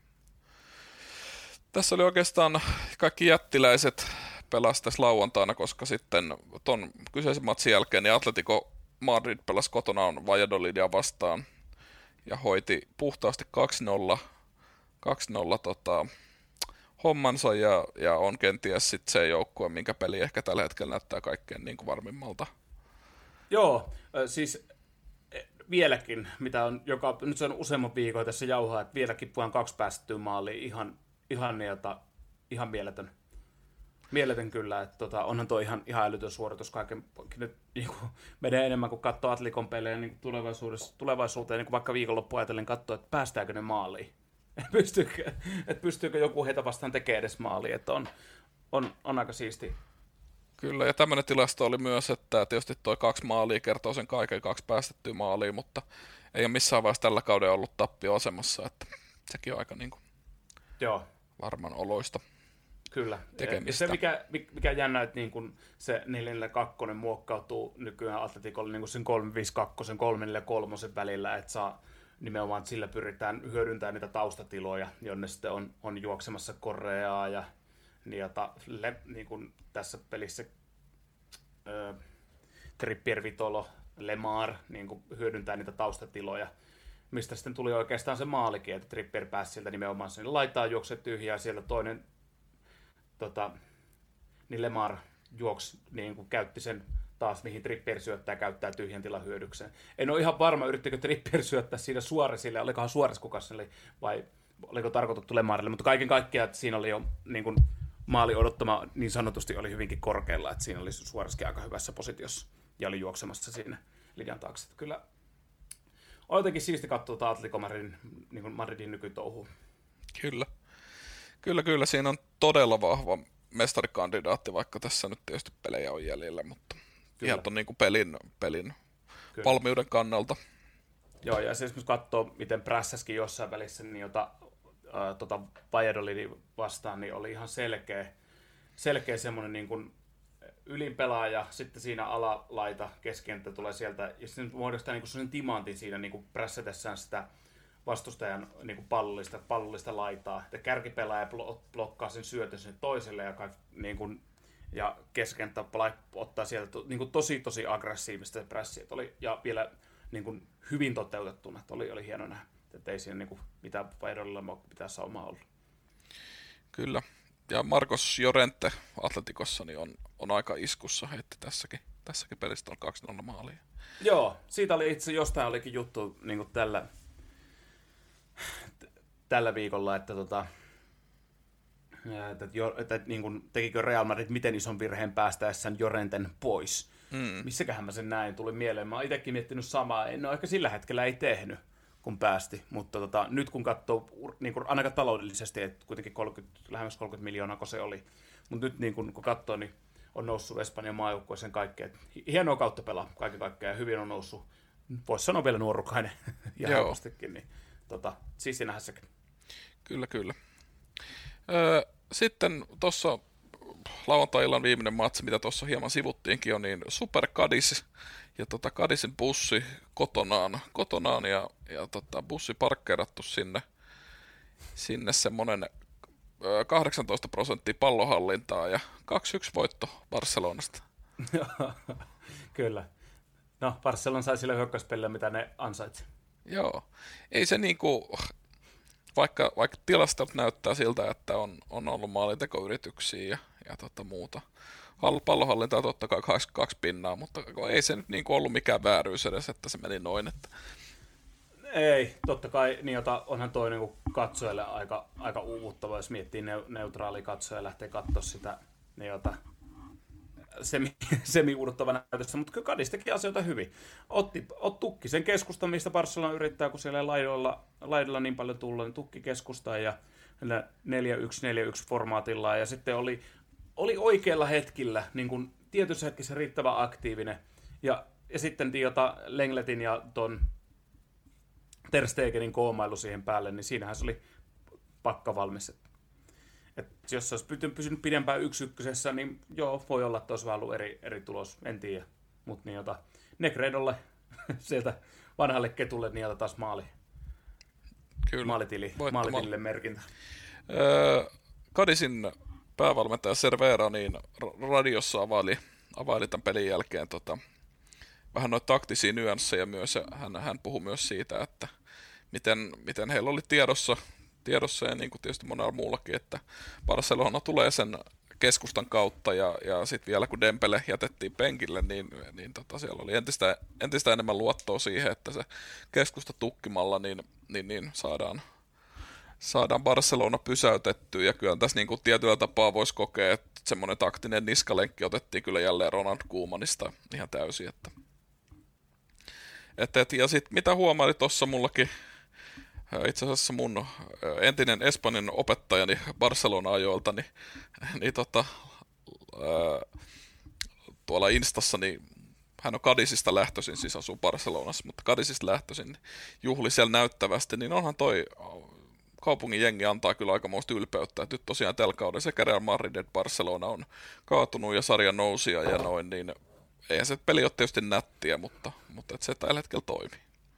Tässä oli oikeastaan kaikki jättiläiset pelasi tässä lauantaina, koska sitten ton kyseisen matsin jälkeen niin Atletico Madrid pelasi kotonaan Valladolidia vastaan ja hoiti puhtaasti kaksi nolla, kaksi nolla tota, hommansa ja, ja on kenties sitten se joukkue, minkä peli ehkä tällä hetkellä näyttää kaikkein niin kuin varmimmalta. Joo, siis vieläkin, mitä on joka, nyt se on useamman viikon tässä jauhaa, että vieläkin vaan kaksi päästettyä maaliin, ihan, ihan, niiltä, ihan mieletön. Mieletön kyllä, että tota, onhan tuo ihan, ihan älytön suoritus kaiken, nyt niin kuin, menee enemmän kuin katsoo Atlikon pelejä niin tulevaisuudessa, tulevaisuuteen, niin kuin vaikka viikonloppu ajatellen katsoa, että päästäänkö ne maaliin. pystyykö, että pystyykö joku heitä vastaan tekemään edes maaliin, että on, on, on aika siisti. Kyllä, ja tämmöinen tilasto oli myös, että tietysti toi kaksi maalia kertoo sen kaiken, kaksi päästettyä maalia, mutta ei ole missään vaiheessa tällä kaudella ollut tappio-asemassa, että sekin on aika niin kuin Joo. varman oloista. Kyllä. Tekemistä. Ja se, mikä, mikä jännä, että niin kun se neljä neljä kaksi muokkautuu nykyään Atleticolle niin sen kolme viisi kaksi, kolme neljä kolme välillä, että saa nimenomaan, että sillä pyritään hyödyntämään niitä taustatiloja, jonne sitten on, on juoksemassa Correaa ja niitä, le, niin kuin tässä pelissä ö, Trippier, Vitolo, Lemar niin kuin hyödyntää niitä taustatiloja, mistä sitten tuli oikeastaan se maalikin, että Trippier pääsi sieltä nimenomaan sinne laitaan juokse tyhjää, siellä toinen tota, niin Lemar juoksi, niin kuin käytti sen taas, mihin Trippier syöttää, käyttää tyhjän tilan hyödykseen. En ole ihan varma, yrittikö Trippier syöttää siinä Suoresille, olikohan Suores kukas vai oliko tarkoitettu Lemarille, mutta kaiken kaikkiaan, että siinä oli jo niin kuin, maali odottama niin sanotusti oli hyvinkin korkealla, että siinä oli Suoreskin aika hyvässä positiossa ja oli juoksemassa siinä linjan taakse. Että kyllä on jotenkin siisti katsoa Atletico Madridin, niin kuin Madridin nykytouhuun. Kyllä. Kyllä, kyllä. Siinä on todella vahva mestarikandidaatti, vaikka tässä nyt tietysti pelejä on jäljellä, mutta kyllä. Ihan on niin kuin pelin, pelin valmiuden kannalta. Joo, ja se esimerkiksi katsoo, miten prässäskin jossain välissä, niin jota ää, tota Valladolidin vastaan, niin oli ihan selkeä, selkeä semmoinen niin kuin ylinpelaaja, sitten siinä alalaita keskenttä tulee sieltä, ja sitten muodostaa niin kuin sellainen timantin siinä niin kuin prässätessään sitä vastustajan niin kuin pallollista, pallollista laitaa. Ja kärkipelaaja blokkaa sen syötön sinne toiselle ja, kaik, niin kuin, ja keskenttä ottaa sieltä to, niin kuin tosi tosi aggressiivista prässiä. Oli, ja vielä niin kuin, hyvin toteutettuna. Että oli, oli hieno nähdä, että ei siinä niin kuin, mitään Valladolidilla pitää saumaa olla. Kyllä. Ja Marcos Llorente Atletikossa niin on, on aika iskussa heitti tässäkin. Tässäkin pelistä on kaksi nolla maalia. Joo, siitä oli itse jostain olikin juttu niin kuin tällä tällä viikolla, että, tota, että, että, että niin kuin, tekikö Real Madrid miten ison virheen päästäessään Llorenten pois. Mm. Missäköhän mä sen näin tuli mieleen. Mä oon itsekin miettinyt samaa. No ehkä sillä hetkellä ei tehnyt, kun päästi. Mutta tota, nyt kun katsoo, niin kuin, ainakaan taloudellisesti, että kuitenkin kolmekymmentä, lähemmäs kolmekymmentä miljoonaa, kun se oli. Mutta nyt niin kun, kun katsoo, niin on noussut Espanjan maajoukkueeseen kaikkea. Hienoa kautta pelaa kaiken kaikkiaan ja hyvin on noussut. Voisi sanoa vielä nuorukainen ja helpostikin. Niin, tota, siisti nähdä sekin. Kyllä, kyllä. Öö, sitten tuossa lauantai-illan viimeinen matsi, mitä tuossa hieman sivuttiinkin, on niin Super Cadiz ja tota Cadizin bussi kotonaan, kotonaan ja, ja tota, bussi parkkeerattu sinne, sinne semmoinen öö, kahdeksantoista prosenttia pallohallintaa ja kaksi yksi voitto Barcelonasta. Kyllä. No, Barcelona sai sille hyökkäyspeliä, mitä ne ansaitsi. Joo. Ei se niinku, vaikka, vaikka tilastot näyttää siltä, että on, on ollut maalintekoyrityksiä ja, ja tota muuta. Pallohallintaa totta kai kaksi, kaksi pinnaa, mutta ei se nyt niinku ollut mikään vääryys edes, että se meni noin. Että... Ei, totta kai niin jota, onhan toi niinku katsojalle aika, aika uuvuttava, jos miettii ne, neutraali katsoja ja lähtee katsoa sitä niin jota, semi, semi-uuduttava näytössä, mutta kyllä Cadiz teki asioita hyvin. Otti, ot, tukki sen keskustan, mistä Barcelona yrittää, kun siellä ei laidoilla, laidoilla niin paljon tulla, niin tukki keskustaa ja neljä yksi neljä yksi formaatilla, ja sitten oli, oli oikealla hetkillä, niin kuin tietyssä hetkessä riittävän aktiivinen, ja, ja sitten tiota Lengletin ja ton Ter Stegenin koomailu siihen päälle, niin siinähän se oli pakka valmis. Et jos se olisi pysynyt pidempään yksi ykkösessä, niin joo, voi olla, että olisi vähän ollut eri, eri tulos, en tiedä. Mutta niin jota, Negredolle sieltä vanhalle ketulle niin jota taas maali. Kyllä. Maalitili, maalitilille merkintä. Öö, Cadizin päävalmentaja Cervera niin radiossa availi, availi tämän pelin jälkeen tota, vähän noita taktisia nyansseja myös. Hän, hän puhui myös siitä, että miten, miten heillä oli tiedossa, tiedossa ja niin kuin tietysti monella muullakin, että Barcelona tulee sen keskustan kautta ja, ja sitten vielä kun Dembele jätettiin penkille, niin, niin tota, siellä oli entistä, entistä enemmän luottoa siihen, että se keskusta tukkimalla niin, niin, niin saadaan, saadaan Barcelona pysäytettyä ja kyllä tässä niin kuin tietyllä tapaa voisi kokea, että semmoinen taktinen niskalenkki otettiin kyllä jälleen Ronald Koemanista ihan täysin. Että. Et, et, ja sitten mitä huomaili tuossa mullakin, itse asiassa mun entinen Espanjan opettajani Barcelona-ajoilta, niin, niin tota, ää, tuolla Instassa, niin hän on Cadizista lähtöisin, siis asuu Barcelonassa, mutta Cadizista lähtöisin, niin juhli siellä näyttävästi, niin onhan toi kaupungin jengi antaa kyllä aikamoista ylpeyttä, että nyt tosiaan tällä kaudella sekä Real Madrid että Barcelona on kaatunut ja sarjan nousia ja noin, niin eihän se peli ole tietysti nättiä, mutta, mutta et se tällä hetkellä toimii.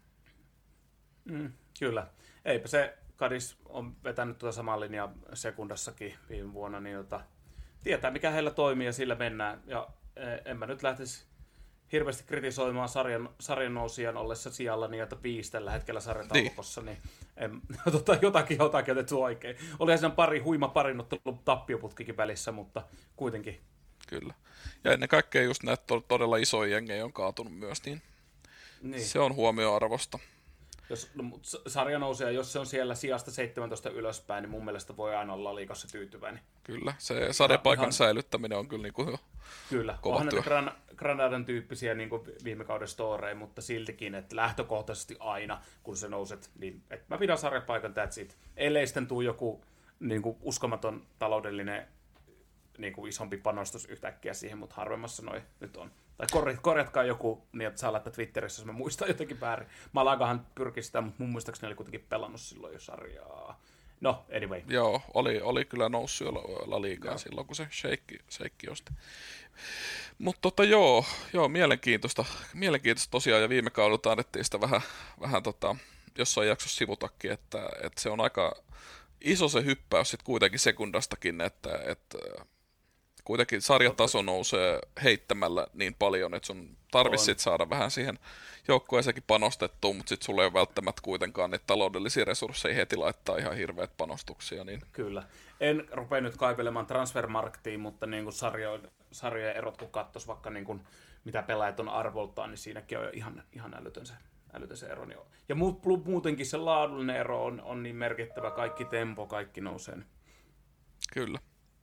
Mm, kyllä. Eipä se Cadiz on vetänyt tuota samaa linjaa sekundassakin viime vuonna, niin jota, tietää mikä heillä toimii ja sillä mennään. Ja en mä nyt lähtisi hirveästi kritisoimaan sarjan, sarjan nousijan ollessa sijalla niin, että viisi tällä hetkellä sarjan taulukossa, niin, niin en, tota, jotakin jotakin otettu oikein. Olihan siinä pari huima parinottelun tappioputkikin välissä, mutta kuitenkin. Kyllä. Ja ennen kaikkea just näitä todella isoja jengejä on kaatunut myös, niin, niin. Se on huomioarvosta. Jos no, sarja nousee, jos se on siellä sijasta seitsemäntoista ylöspäin, niin mun mielestä voi aina olla liigassa tyytyväinen. Kyllä, se sarjapaikan ihan säilyttäminen on kyllä niin kuin kyllä, onhan näitä Gran, Granadan tyyppisiä niin kuin viime kauden storeja, mutta siltikin, että lähtökohtaisesti aina, kun se nouset, niin että mä pidän sarjapaikan, that's it. Ellei sitten tuu joku niin kuin uskomaton taloudellinen niin kuin isompi panostus yhtäkkiä siihen, mutta harvemmassa noi nyt on. Tai korjatkaa joku, niin että saa laittaa Twitterissä, jos mä muistan jotenkin väärin. Malagahan pyrki sitä, mutta mun muistaakseni oli kuitenkin pelannut silloin jo sarjaa. No, anyway. Joo, oli, oli kyllä noussut jo La Ligaan silloin, kun se sheikki, sheikki osti. Mutta tota, joo, joo, mielenkiintoista, mielenkiintoista tosiaan, ja viime kaudella annettiin sitä vähän, vähän tota, jossain jaksossa sivutakin, että, että se on aika iso se hyppäys sitten kuitenkin sekundastakin, että, että kuitenkin sarjataso nousee heittämällä niin paljon, että sun tarvitsisi sit saada vähän siihen joukkueeseenkin panostettua, mutta sitten sulla ei ole välttämättä kuitenkaan niitä taloudellisia resursseja heti laittaa ihan hirveät panostuksia. Niin. Kyllä. En rupea nyt kaipelemaan transfermarkettiin, mutta niin kuin sarjojen, sarjojen erot, kun katsoisi vaikka niin kuin mitä pelaajat on arvoltaan, niin siinäkin on ihan, ihan älytön se, älytön se ero. Ja muutenkin se laadullinen ero on, on niin merkittävä, kaikki tempo, kaikki nousee. Kyllä.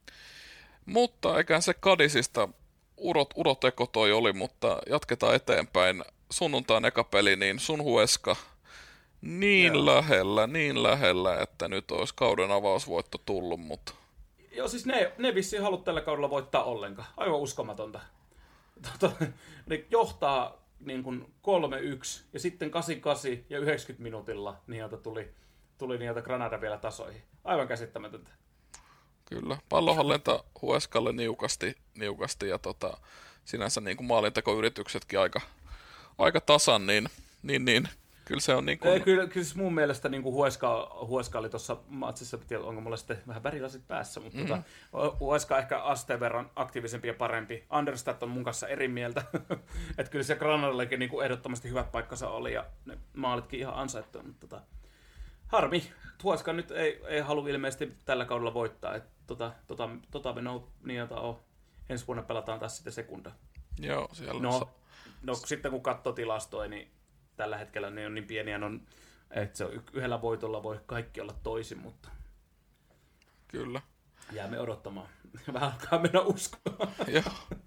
Mutta eiköhän se Cadizista urot, uroteko toi oli, mutta jatketaan eteenpäin. Sunnuntain eka peli, niin sun Huesca niin Joo. lähellä, niin lähellä, että nyt olisi kauden avausvoitto tullut, mutta... Joo, siis ne, ne vissiin haluat tällä kaudella voittaa ollenkaan. Aivan uskomatonta. Tota, ne johtaa niin kuin kolme yksi ja sitten kahdeksankymmentäkahdeksan ja yhdeksänkymmentä minuutilla niiltä tuli, tuli niiltä Granada vielä tasoihin. Aivan käsittämätöntä. Kyllä, pallonhallinta Huescalle niukasti, niukasti ja tota, sinänsä niin kuin maalintekoyrityksetkin aika, aika tasan, niin, niin, niin kyllä se on niin kuin... Ei, kyllä, kyllä siis mun mielestä niin kuin Huesca, Huesca oli tuossa matsissa, onko mulla sitten vähän värilasit päässä, mutta mm-hmm. tota, Huesca ehkä asteen verran aktiivisempi ja parempi. Anderstat on mun kanssa eri mieltä, että kyllä se Granadallekin niin kuin ehdottomasti hyvät paikkansa oli ja ne maalitkin ihan ansaittu, mutta tota, harmi. Huesca nyt ei, ei halua ilmeisesti tällä kaudella voittaa, että tota, tota, tota me no, niin on. Ensi vuonna pelataan taas sitten sekunda. Joo, siellä no, on... no sitten kun katsoo tilastoja, niin tällä hetkellä ne on niin pieniä, on, että se on yhdellä voitolla voi kaikki olla toisin, mutta... Kyllä. Jäämme odottamaan. Vähän alkaa mennä uskoa. Joo.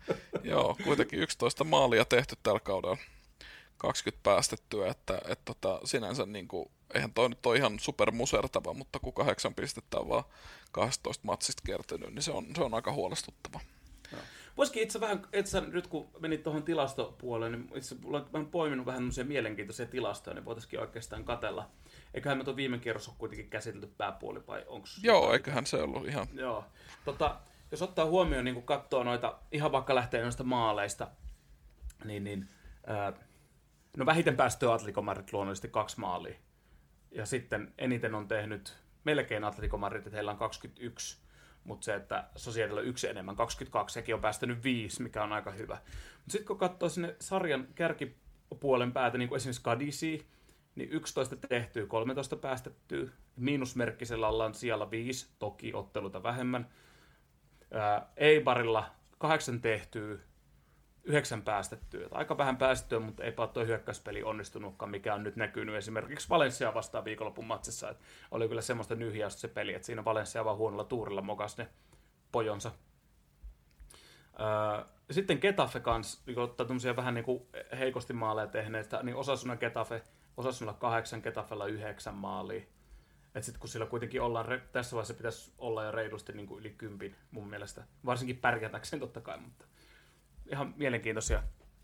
Joo, kuitenkin yksitoista maalia tehty tällä kaudella, kaksikymmentä päästettyä, että et tota, sinänsä niinku, eihän toi nyt ole ihan supermusertava, mutta kun kahdeksan pistettä on vaan kaksitoista matsista kertynyt, niin se on, se on aika huolestuttava. Voisikin itse vähän, itse, nyt kun menit tuohon tilastopuoleen, niin itse olen poiminut vähän mielenkiintoisia tilastoja, niin voitaisiin oikeastaan katsella. Eiköhän me tuon viime kierros ole kuitenkin käsitelty pääpuoli, vai onko? Joo, eiköhän se ollut ihan... Joo. Tota, jos ottaa huomioon, niin kun katsoo noita, ihan vaikka lähtee noista maaleista, niin, niin ää, no vähiten päästöä Atletico Madrid luonnollisesti kaksi maalia. Ja sitten eniten on tehnyt melkein Atletico Madrid, että heillä on kaksikymmentäyksi. Mutta se, että Sociedadilla on yksi enemmän, kaksikymmentäkaksi, sekin on päästänyt viisi, mikä on aika hyvä. Mutta sitten kun katsoo sinne sarjan kärkipuolen päätä, niin kuin esimerkiksi Cadizia, niin yksitoista tehtyä, kolmetoista päästettyä. Miinusmerkkisellä ollaan siellä viisi, toki otteluita vähemmän. Ää, Eibarilla kahdeksan tehtyä, yhdeksän päästettyä. Aika vähän päästettyä, mutta eipä ole tuo hyökkäyspeli onnistunutkaan, mikä on nyt näkynyt esimerkiksi Valencia vastaan viikonlopun matsissa. Et oli kyllä semmoista nyhjäystä se peli, että siinä Valencia vaan huonolla tuurilla mokas ne pojonsa. Öö, sitten Getafe kanssa, kun ottaa tämmöisiä vähän niin kuin heikosti maaleja tehneistä, niin Osasuna Getafe, Osasuna kahdeksan, Getafella yhdeksän maalia. Että sitten kun sillä kuitenkin ollaan, tässä vaiheessa pitäisi olla jo reilusti niin kuin yli kympin mun mielestä. Varsinkin pärjätäkseen totta kai, mutta ihan mielenkiintoisia.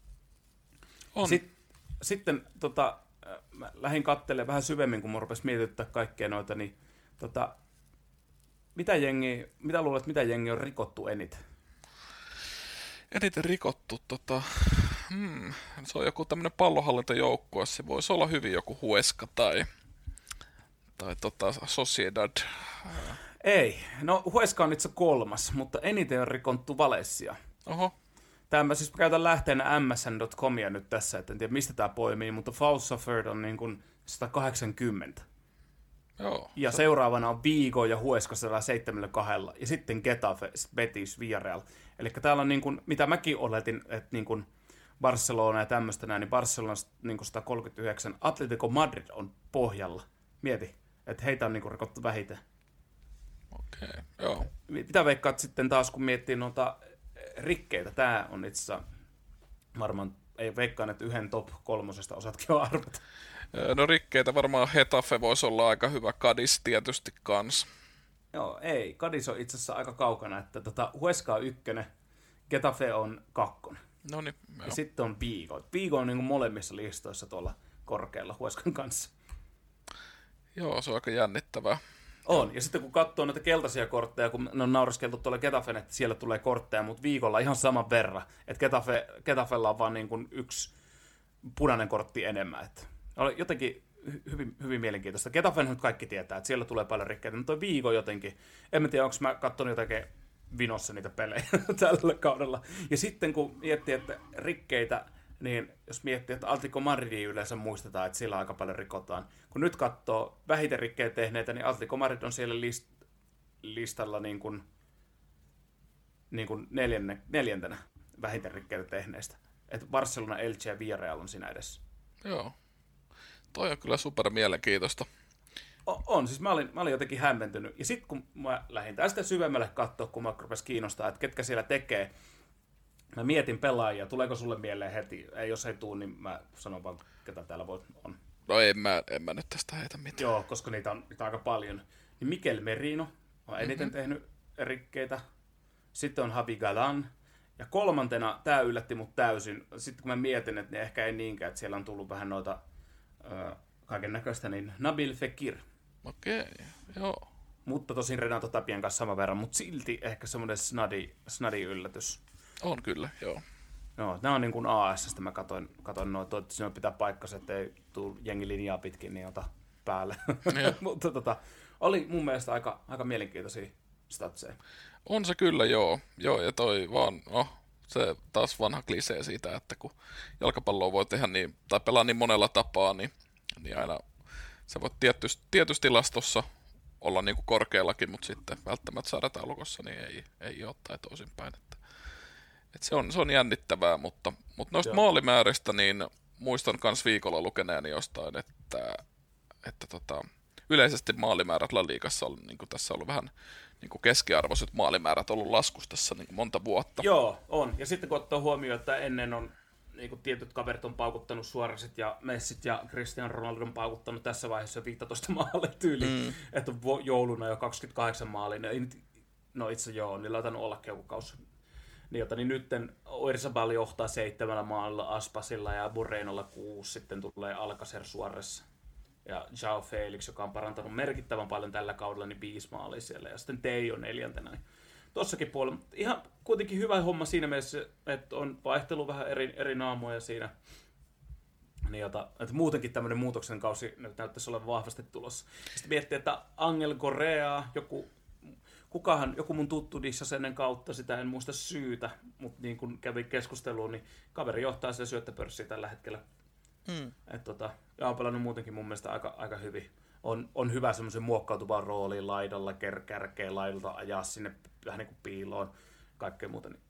On. Sitten, sitten tota, mä lähdin katselemaan vähän syvemmin, kun mä rupesin mietittää kaikkea noita, niin tota, mitä, jengi, mitä luulet, mitä jengi on rikottu eniten? Eniten rikottu, tota, hmm, se on joku tämmöinen pallohallintajoukkue, se voisi olla hyvin joku Huesca tai, tai tota Sociedad. Ei, no Huesca on itse kolmas, mutta eniten on rikottu Valencia. Oho. Tämä siis käytän lähteenä M S N piste comia nyt tässä, että en tiedä mistä tämä poimii, mutta Falsaford on niin kuin sata kahdeksankymmentä. Joo. Ja se... seuraavana on Vigo ja Huesca sata seitsemänkymmentäkaksi. Ja sitten Getafe, Betis, Villarreal. Eli täällä on niin kuin, mitä mäkin oletin, että niin kuin Barcelona ja tämmöistä näin, niin Barcelona niin kuin sata kolmekymmentäyhdeksän. Atletico Madrid on pohjalla. Mieti, että heitä on niin kuin rikottu vähiten. Okei, okay, joo. Mitä veikkaat sitten taas, kun miettii noita rikkeitä? Tämä on itse asiassa varmaan, ei veikkaan, että yhden top kolmosesta osatkin on arvata. No rikkeitä varmaan Hetafe voisi olla aika hyvä, Cadiz tietysti kans. Joo, ei. Cadiz on itse asiassa aika kaukana, että tota, Huesca on ykkönen, Getafe on kakkonen. No niin, ja sitten on Vigo. Vigo on niin kuin molemmissa listoissa tuolla korkealla Huescan kanssa. Joo, se on aika jännittävää. On, ja sitten kun katsoo näitä keltaisia kortteja, kun ne on naureskeltu tuolla Getafen, että siellä tulee kortteja, mutta viikolla ihan saman verran. Että Getafe, Getafella on vaan niin kuin yksi punainen kortti enemmän. Että oli jotenkin hyvin, hyvin mielenkiintoista. Getafen nyt kaikki tietää, että siellä tulee paljon rikkeitä, mutta tuo Vigo jotenkin, en mä tiedä, onko mä katsonut jotenkin vinossa niitä pelejä tällä kaudella. Ja sitten kun miettii, että rikkeitä, niin jos miettii, että Atletico Madridia yleensä muistetaan, että siellä aika paljon rikotaan. Kun nyt katsoo vähiten rikkeitä tehneitä, niin Atletico Madrid on siellä list- listalla niin kuin, niin kuin neljänne, neljäntenä vähiten rikkeitä tehneistä. Että Barcelona, Elche ja Villarreal on siinä edessä. Joo. Toi on kyllä super mielenkiintoista. O- on, siis mä olin, mä olin jotenkin hämmentynyt. Ja sitten kun mä lähdin tästä syvemmälle katsoa, kun mä rupesi kiinnostaa, että ketkä siellä tekee, mä mietin pelaajia, tuleeko sulle mieleen heti? Ei, jos ei tuu, niin mä sanon vaan, ketä täällä voi, on. No en mä, en mä nyt tästä heitä mitään. Joo, koska niitä on, niitä on aika paljon. Niin Mikel Merino on eniten mm-hmm. tehnyt rikkeitä. Sitten on Javi Galan. Ja kolmantena, tää yllätti mut täysin. Sitten kun mä mietin, että ne ehkä ei niinkään, että siellä on tullut vähän noita äh, kaiken näköistä, niin Nabil Fekir. Okei, okay, joo. Mutta tosin Renato Tapien kanssa saman verran, mutta silti ehkä semmoinen snadi, snadi yllätys. On kyllä, joo. Joo, nämä on niin kuin A S:stä mä katoin, katoin noin, että siinä pitää paikkansa, ettei tule jengi linjaa pitkin, niin ota päälle. Mutta tota, oli mun mielestä aika, aika mielenkiintoisia statseja. On se kyllä, joo. Joo, ja toi vaan, no, se taas vanha klisee siitä, että kun jalkapalloa voi tehdä niin, tai pelaa niin monella tapaa, niin, niin aina sä voit tietysti, tietysti tilastossa olla niin kuin korkeallakin, mutta sitten välttämättä saada taulukossa, niin ei, ei ole tai toisinpäin. Että, että se, on, se on jännittävää, mutta, mutta noista Joo. maalimääristä, niin muistan myös viikolla lukeneeni jostain, että, että tota, yleisesti maalimäärät La Ligassa on niin kuin tässä ollut vähän niin kuin keskiarvoiset maalimäärät ollut laskussa tässä niin kuin monta vuotta. Joo, on. Ja sitten kun ottaa huomioon, että ennen on niin kuin tietyt kaverit on paukuttanut Suorasit ja Messit ja Cristiano Ronaldo on paukuttanut tässä vaiheessa viisitoista maalle tyyliin, mm. että on jouluna jo kaksikymmentäkahdeksan maaliin. No itse joo, niillä on tainnut ollakin joku kausi. Niin, jota, niin nytten Oirzabal johtaa seitsemällä maalilla Aspasilla ja Morenolla kuusi, sitten tulee Alcacer Suarez ja João Felix, joka on parantanut merkittävän paljon tällä kaudella, niin viisi maalia siellä, ja sitten Tei on neljäntenä. Niin tossakin puolella, mutta ihan kuitenkin hyvä homma siinä mielessä, että on vaihtelu vähän eri, eri naamoja siinä. Niin, jota, että muutenkin tämmöinen muutoksen kausi nyt näyttäisi olevan vahvasti tulossa. Sitten miettii, että Angel Correa, joku Kukahan, joku mun tuttu dissasi ennen kautta, sitä en muista syytä, mutta niin kun kävin keskusteluun, niin kaveri johtaa sitä syöttöpörssiä tällä hetkellä. Mm. Et tota, ja on pelannut muutenkin mun mielestä aika, aika hyvin. On, on hyvä semmoisen muokkautuvan rooliin laidalla, kär, kärkeä laidalta ajaa sinne vähän niin kuin piiloon, kaikkea muuta. Niin.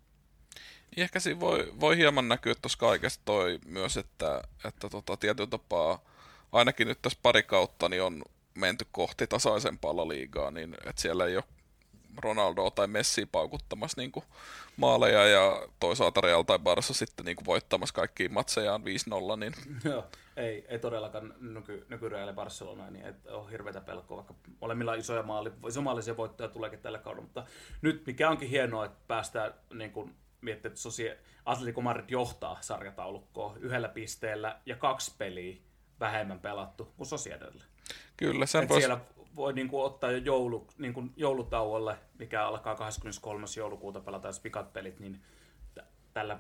Ehkä siinä voi, voi hieman näkyä tuossa kaikessa toi myös, että, että tota, tietyllä tapaa, ainakin nyt tässä pari kautta, niin on menty kohti tasaisempaa La Ligaa, niin että siellä ei ole Ronaldoa tai Messiä paukuttamassa niin kuin maaleja ja toisaalta Real tai Barca sitten niin kuin voittamassa kaikkia matsejaan viisi nolla. Niin... Joo, ei, ei todellakaan nyky, nyky-Real ja Barcelona, niin ei ole hirveätä pelkoa, vaikka molemmilla isoja maali, isomaalisia voittoja tuleekin tällä kaudella. Mutta nyt mikä onkin hienoa, että päästään niin kuin miettimään, että Atletico Madrid johtaa sarjataulukkoa yhdellä pisteellä ja kaksi peliä vähemmän pelattu kuin Sociedadilla. Kyllä, sen vois... siellä voi niin kuin ottaa jo joulu, niin kuin joulutauolle, mikä alkaa kahdeskymmeneskolmas joulukuuta, pelataan pikat pelit, niin t- tällä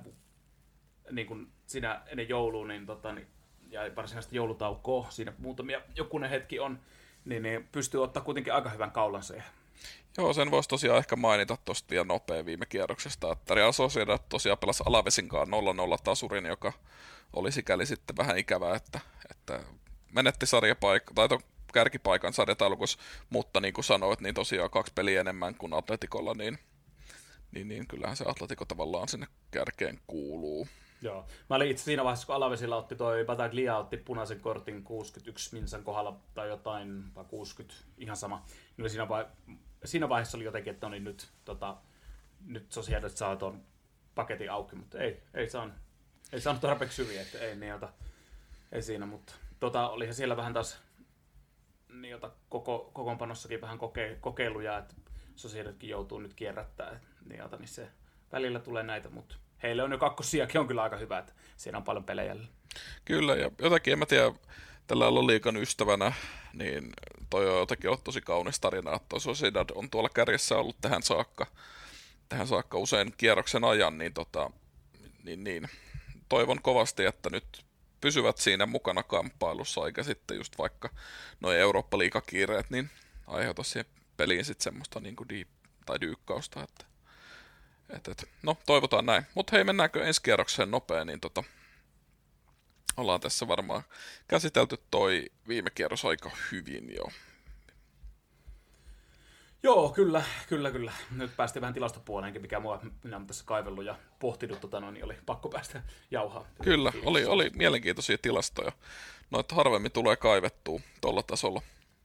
niin kuin siinä ennen joulua, niin, tota, niin, ja varsinaisesti joulutaukoa, siinä muutamia jokunen hetki on, niin, niin pystyy ottaa kuitenkin aika hyvän kaulan siihen. Joo, sen voisi tosiaan ehkä mainita tuosta vielä nopea viime kierroksesta, että Real Sociedad tosiaan pelasi Alavesinkaan nolla nolla tasurin, joka oli sikäli sitten vähän ikävää, että, että menetti sarjapaikka, tai to, kärkipaikan sarjataulukossa, mutta niin kuin sanoit, niin tosiaan kaksi peliä enemmän kuin Atletikolla, niin, niin, niin kyllähän se Atletiko tavallaan sinne kärkeen kuuluu. Joo. Mä olin itse siinä vaiheessa, kun Alavesilla otti toi Bataglia, otti punaisen kortin kuusikymmentäyksi minsan kohdalla tai jotain, vai kuusikymmentä, ihan sama. Niin siinä, vai, siinä vaiheessa oli jotenkin, että no niin, nyt, tota, nyt Sociedad saa tuon paketin auki, mutta ei, ei saanut, ei saanut tarpeeksi hyviä, että ei niiltä, ei siinä, mutta tota, olihan siellä vähän taas niin jota koko, kokoonpanossakin vähän koke, kokeiluja, että Sociedadkin joutuu nyt kierrättämään, niin, jota, niin se välillä tulee näitä, mutta heille on jo kakkossiakin on kyllä aika hyvä, että siinä on paljon pelejä. Kyllä, ja jotakin, en mä tiedä, tällä La Ligan ystävänä, niin toi on jotakin ollut tosi kaunis tarina, että toi Sociedad on tuolla kärjessä ollut tähän saakka, tähän saakka usein kierroksen ajan, niin, tota, niin, niin toivon kovasti, että nyt pysyvät siinä mukana kamppailussa, eikä sitten just vaikka nuo Eurooppa-liigakiireet, niin aiheuta siihen peliin sitten semmoista niin kuin diip, tai dyykkausta, että et, et, no toivotaan näin. Mutta hei, mennäänkö ensi kierrokseen nopea, niin tota, ollaan tässä varmaan käsitelty toi viime kierros aika hyvin jo. Joo, kyllä, kyllä, kyllä. Nyt päästiin vähän tilastopuoleenkin, mikä mua, minä olen tässä kaivellut ja pohtinut, tota, no, niin oli pakko päästä jauhaa. Kyllä, oli, oli mielenkiintoisia tilastoja. Noita harvemmin tulee kaivettua tuolla tasolla.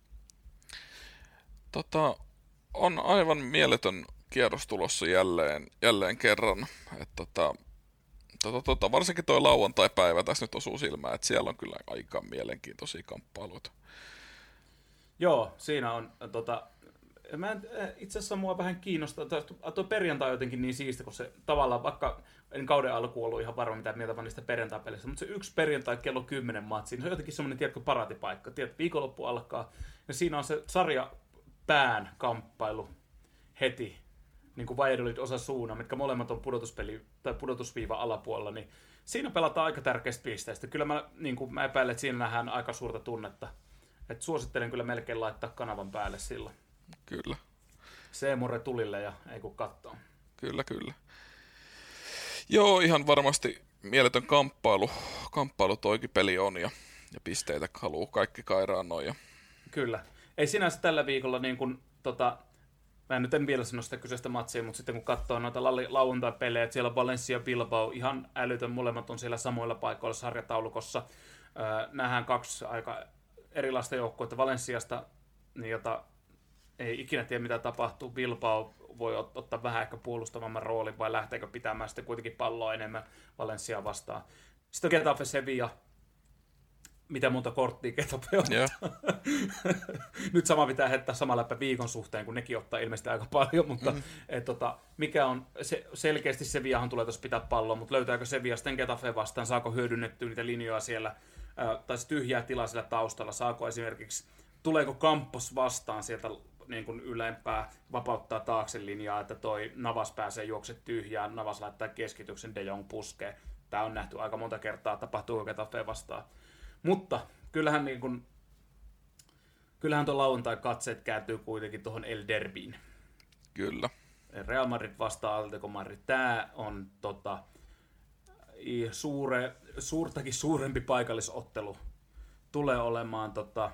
Tota, on aivan mieletön kierros tulossa jälleen, jälleen kerran. Et, tota, tota, tota, varsinkin tuo lauantai-päivä tässä nyt osuu silmään, että siellä on kyllä aika mielenkiintoisia kamppailuita. Joo, siinä on tota, Mä en, itse asiassa mua vähän kiinnostaa, tuo perjantai on jotenkin niin siisti, kun se tavallaan, vaikka en kauden alkuun ollut ihan varma mitä mieltä vaan niistä perjantai-pelistä, mutta se yksi perjantai kello kymmenen matsi, niin se on jotenkin semmoinen, tiedätkö, paraatipaikka. Tiedätkö, viikonloppu alkaa, ja siinä on se sarja pään kamppailu heti, niin kuin Valladolid osa suuna, mitkä molemmat on pudotuspeli tai pudotusviiva alapuolella, niin siinä pelataan aika tärkeistä pisteistä. Kyllä mä, niin kuin mä epäilen, että siinä nähdään aika suurta tunnetta. Et suosittelen kyllä melkein laittaa kanavan päälle silloin. Kyllä. Seemurre tulille ja ei kun kattoo. Kyllä, kyllä. Joo, ihan varmasti mieletön kamppailu. Kamppailu toikin peli on ja, ja pisteitä haluaa kaikki kairaan noin. Ja... Kyllä. Ei sinänsä tällä viikolla niin kuin, tota, mä en nyt en vielä sano sitä kyseistä matsia, mutta sitten kun katsoo noita lauantai-pelejä, että siellä Valencia Bilbao ihan älytön, molemmat on siellä samoilla paikoilla sarjataulukossa. Öö, nähdään kaksi aika erilaista joukkuetta. Valenciasta niin jota ei ikinä tiedä, mitä tapahtuu. Bilbao voi ot- ottaa vähän ehkä puolustavamman roolin, vai lähteekö pitämään sitten kuitenkin palloa enemmän Valenciaa vastaan. Sitten on Getafe Sevilla. Mitä monta korttia Getafe ottaa. Yeah. Nyt sama pitää heittää sama läppä viikon suhteen, kun nekin ottaa ilmeisesti aika paljon, mutta mm. et, tota, mikä on, se, selkeästi Sevillahan tulee tuossa pitää palloa, mutta löytääkö Sevilla sitten Getafe vastaan, saako hyödynnettyä niitä linjoja siellä, ää, tai tyhjää tilaa siellä taustalla, saako esimerkiksi, tuleeko Campos vastaan sieltä niin kuin ylempää, vapauttaa taakse linjaa, että toi Navas pääsee juokset tyhjään, Navas laittaa keskityksen, De Jong puskee. Tämä on nähty aika monta kertaa, tapahtuu Getafe vastaan. Mutta kyllähän, niin kun, kyllähän tuo lauantai-katseet kääntyy kuitenkin tuohon El Derbyin. Kyllä. Real Madrid vastaa Atletico Madrid. Tämä on tota, suure, suurtakin suurempi paikallisottelu. Tulee olemaan, tota,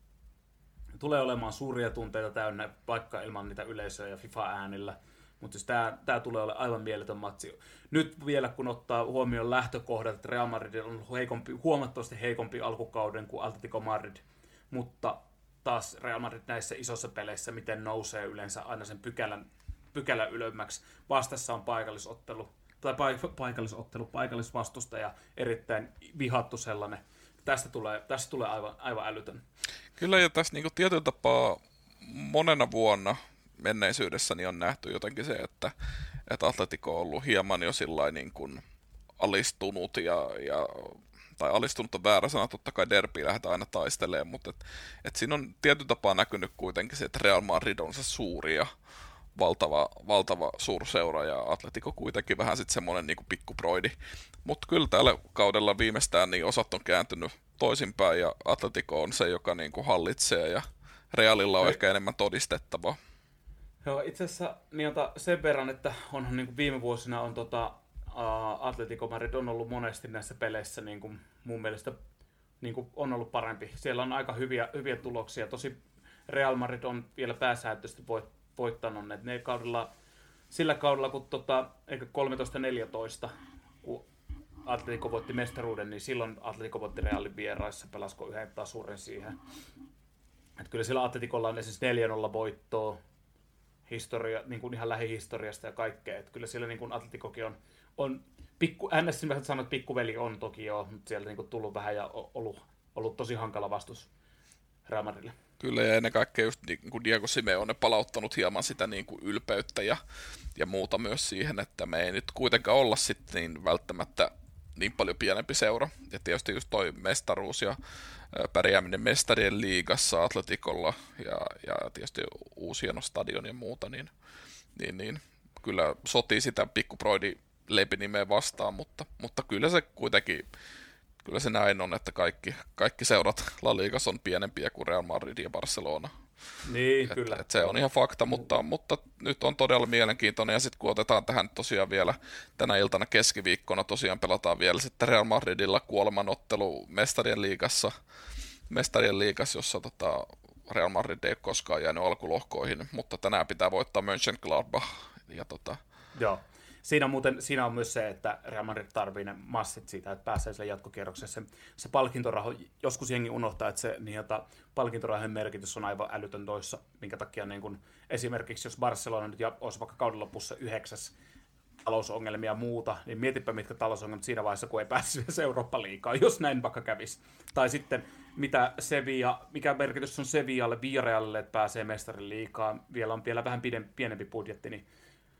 tulee olemaan suuria tunteita täynnä, vaikka ilman niitä yleisöjä ja FIFA-äänillä. Mutta siis tämä, tämä tulee olemaan aivan mieletön matsi. Nyt vielä kun ottaa huomioon lähtökohdat, että Real Madrid on heikompi, huomattavasti heikompi alkukauden kuin Atletico Madrid, mutta taas Real Madrid näissä isossa peleissä, miten nousee yleensä aina sen pykälän, pykälän ylemmäksi. Vastassa on paikallisottelu, tai paik- paikallisottelu, paikallisvastustaja, erittäin vihattu sellainen. Tästä tulee, tästä tulee aivan, aivan älytön. Kyllä, ja tässä niin tietyllä tapaa monena vuonna menneisyydessä niin on nähty jotenkin se, että, että Atletico on ollut hieman jo sillain niin kuin alistunut, ja, ja, tai alistunut on väärä sana, totta kai derbiä lähdetään aina taistelemaan, mutta et, et siinä on tietyllä tapaa näkynyt kuitenkin se, että Real Madrid on se suuri ja valtava, valtava suurseura, ja Atletico kuitenkin vähän sitten semmoinen niin kuin pikkuproidi. Mutta kyllä tällä kaudella viimeistään niin osat on kääntynyt toisinpäin, ja Atletico on se, joka niin kuin hallitsee, ja Realilla on Hei. ehkä enemmän todistettavaa. Joo, itse asiassa niin ota, sen verran, että onhan niin kuin viime vuosina on tota, uh, Atletico Madrid on ollut monesti näissä peleissä niin kuin mun mielestä niin kuin on ollut parempi. Siellä on aika hyviä, hyviä tuloksia. Tosi Real Madrid on vielä pääsääntöisesti voit, voittanut ne, ne kaudella, sillä kaudella, kun tota, kolmetoista neljätoista, kun Atletico voitti mestaruuden, niin silloin Atletico voitti Realin vieraissa, pelasko yhden tasuren siihen. Et kyllä sillä Atleticolla on esimerkiksi neljä nolla voittoa, historia, niin kuin ihan lähihistoriasta ja kaikkea. Että kyllä siellä niin kuin Atleticokin on, on pikku, ns. Vähän sanoa, että pikkuveli on toki jo, mutta siellä niin kuin tullut vähän ja ollut, ollut tosi hankala vastus Real Madridille. Kyllä, ja ennen kaikkea just niin kuin Diego Simeone palauttanut hieman sitä niin kuin ylpeyttä ja, ja muuta myös siihen, että me ei nyt kuitenkaan olla sitten niin välttämättä niin paljon pienempi seura. Ja tietysti just toi mestaruus ja pärjääminen mestarien liigassa Atleticolla ja, ja tietysti uusi hieno stadion ja muuta, niin, niin, niin kyllä sotii sitä pikkuproidi leipinimeä vastaan, mutta, mutta kyllä se kuitenkin, kyllä se näin on, että kaikki, kaikki seurat La Ligassa on pienempiä kuin Real Madrid ja Barcelona. Niin, et, kyllä. Et se on ihan fakta, mutta, mutta nyt on todella mielenkiintoinen, ja sitten kun otetaan tähän tosiaan vielä tänä iltana keskiviikkona, tosiaan pelataan vielä sitten Real Madridilla kuolemanottelu Mestarien liigassa, Mestarien liigassa, jossa tota, Real Madrid ei ole koskaan jäänyt alkulohkoihin, mutta tänään pitää voittaa Mönchengladbach. Ja tota... Joo. Siinä on, muuten, siinä on myös se, että Real Madrid tarvii ne massit siitä, että pääsee sille jatkokierrokselle. Se, se palkintoraho, joskus jengi unohtaa, että se niin, jota, palkintorahojen merkitys on aivan älytön toissa, minkä takia niin kun, esimerkiksi jos Barcelona nyt olisi vaikka kauden lopussa yhdeksäs talousongelmia ja muuta, niin mietipä mitkä talousongelmat siinä vaiheessa, kun ei pääsisi Eurooppa-liigaan, jos näin vaikka kävisi. Tai sitten mitä Sevilla, mikä merkitys on Sevillalle, Villarrealille, että pääsee Mestarin liigaan, vielä on vielä vähän pidempi, pienempi budjetti, niin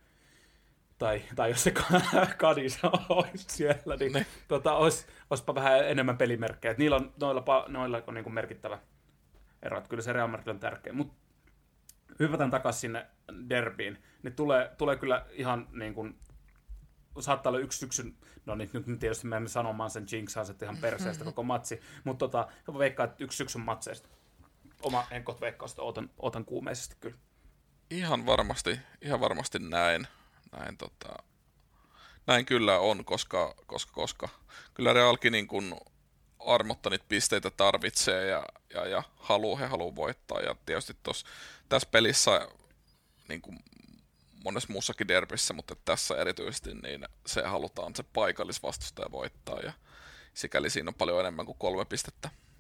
Tai, tai jos se Kadis olisi siellä, niin ne. tota, olisi, olisipa vähän enemmän pelimerkkejä. Et niillä on, noilla, noilla on niin kuin merkittävä ero. Kyllä se Real Madrid on tärkeä. Mutta hypätään takaisin sinne derbyin. Niin tulee, tulee kyllä ihan niin kuin, saattaa olla yksi syksyn, no niin, nyt tietysti me emme sanomaan sen jinxaan, se ihan perseestä koko matsi, mutta tota, veikkaa, että yksi syksyn matseista. Oma henkot veikkausta otan, otan kuumeisesti kyllä. Ihan varmasti, ihan varmasti näin. Näin, tota, näin kyllä on, koska, koska, koska kyllä Realkin niin kuin armotta niitä pisteitä tarvitsee ja, ja, ja haluu, he haluaa voittaa. Ja tietysti tos, tässä pelissä, niin kuin monessa muussakin derbissä, mutta tässä erityisesti, niin se halutaan se paikallisvastustaja voittaa. Ja sikäli siinä on paljon enemmän kuin kolme pistettä,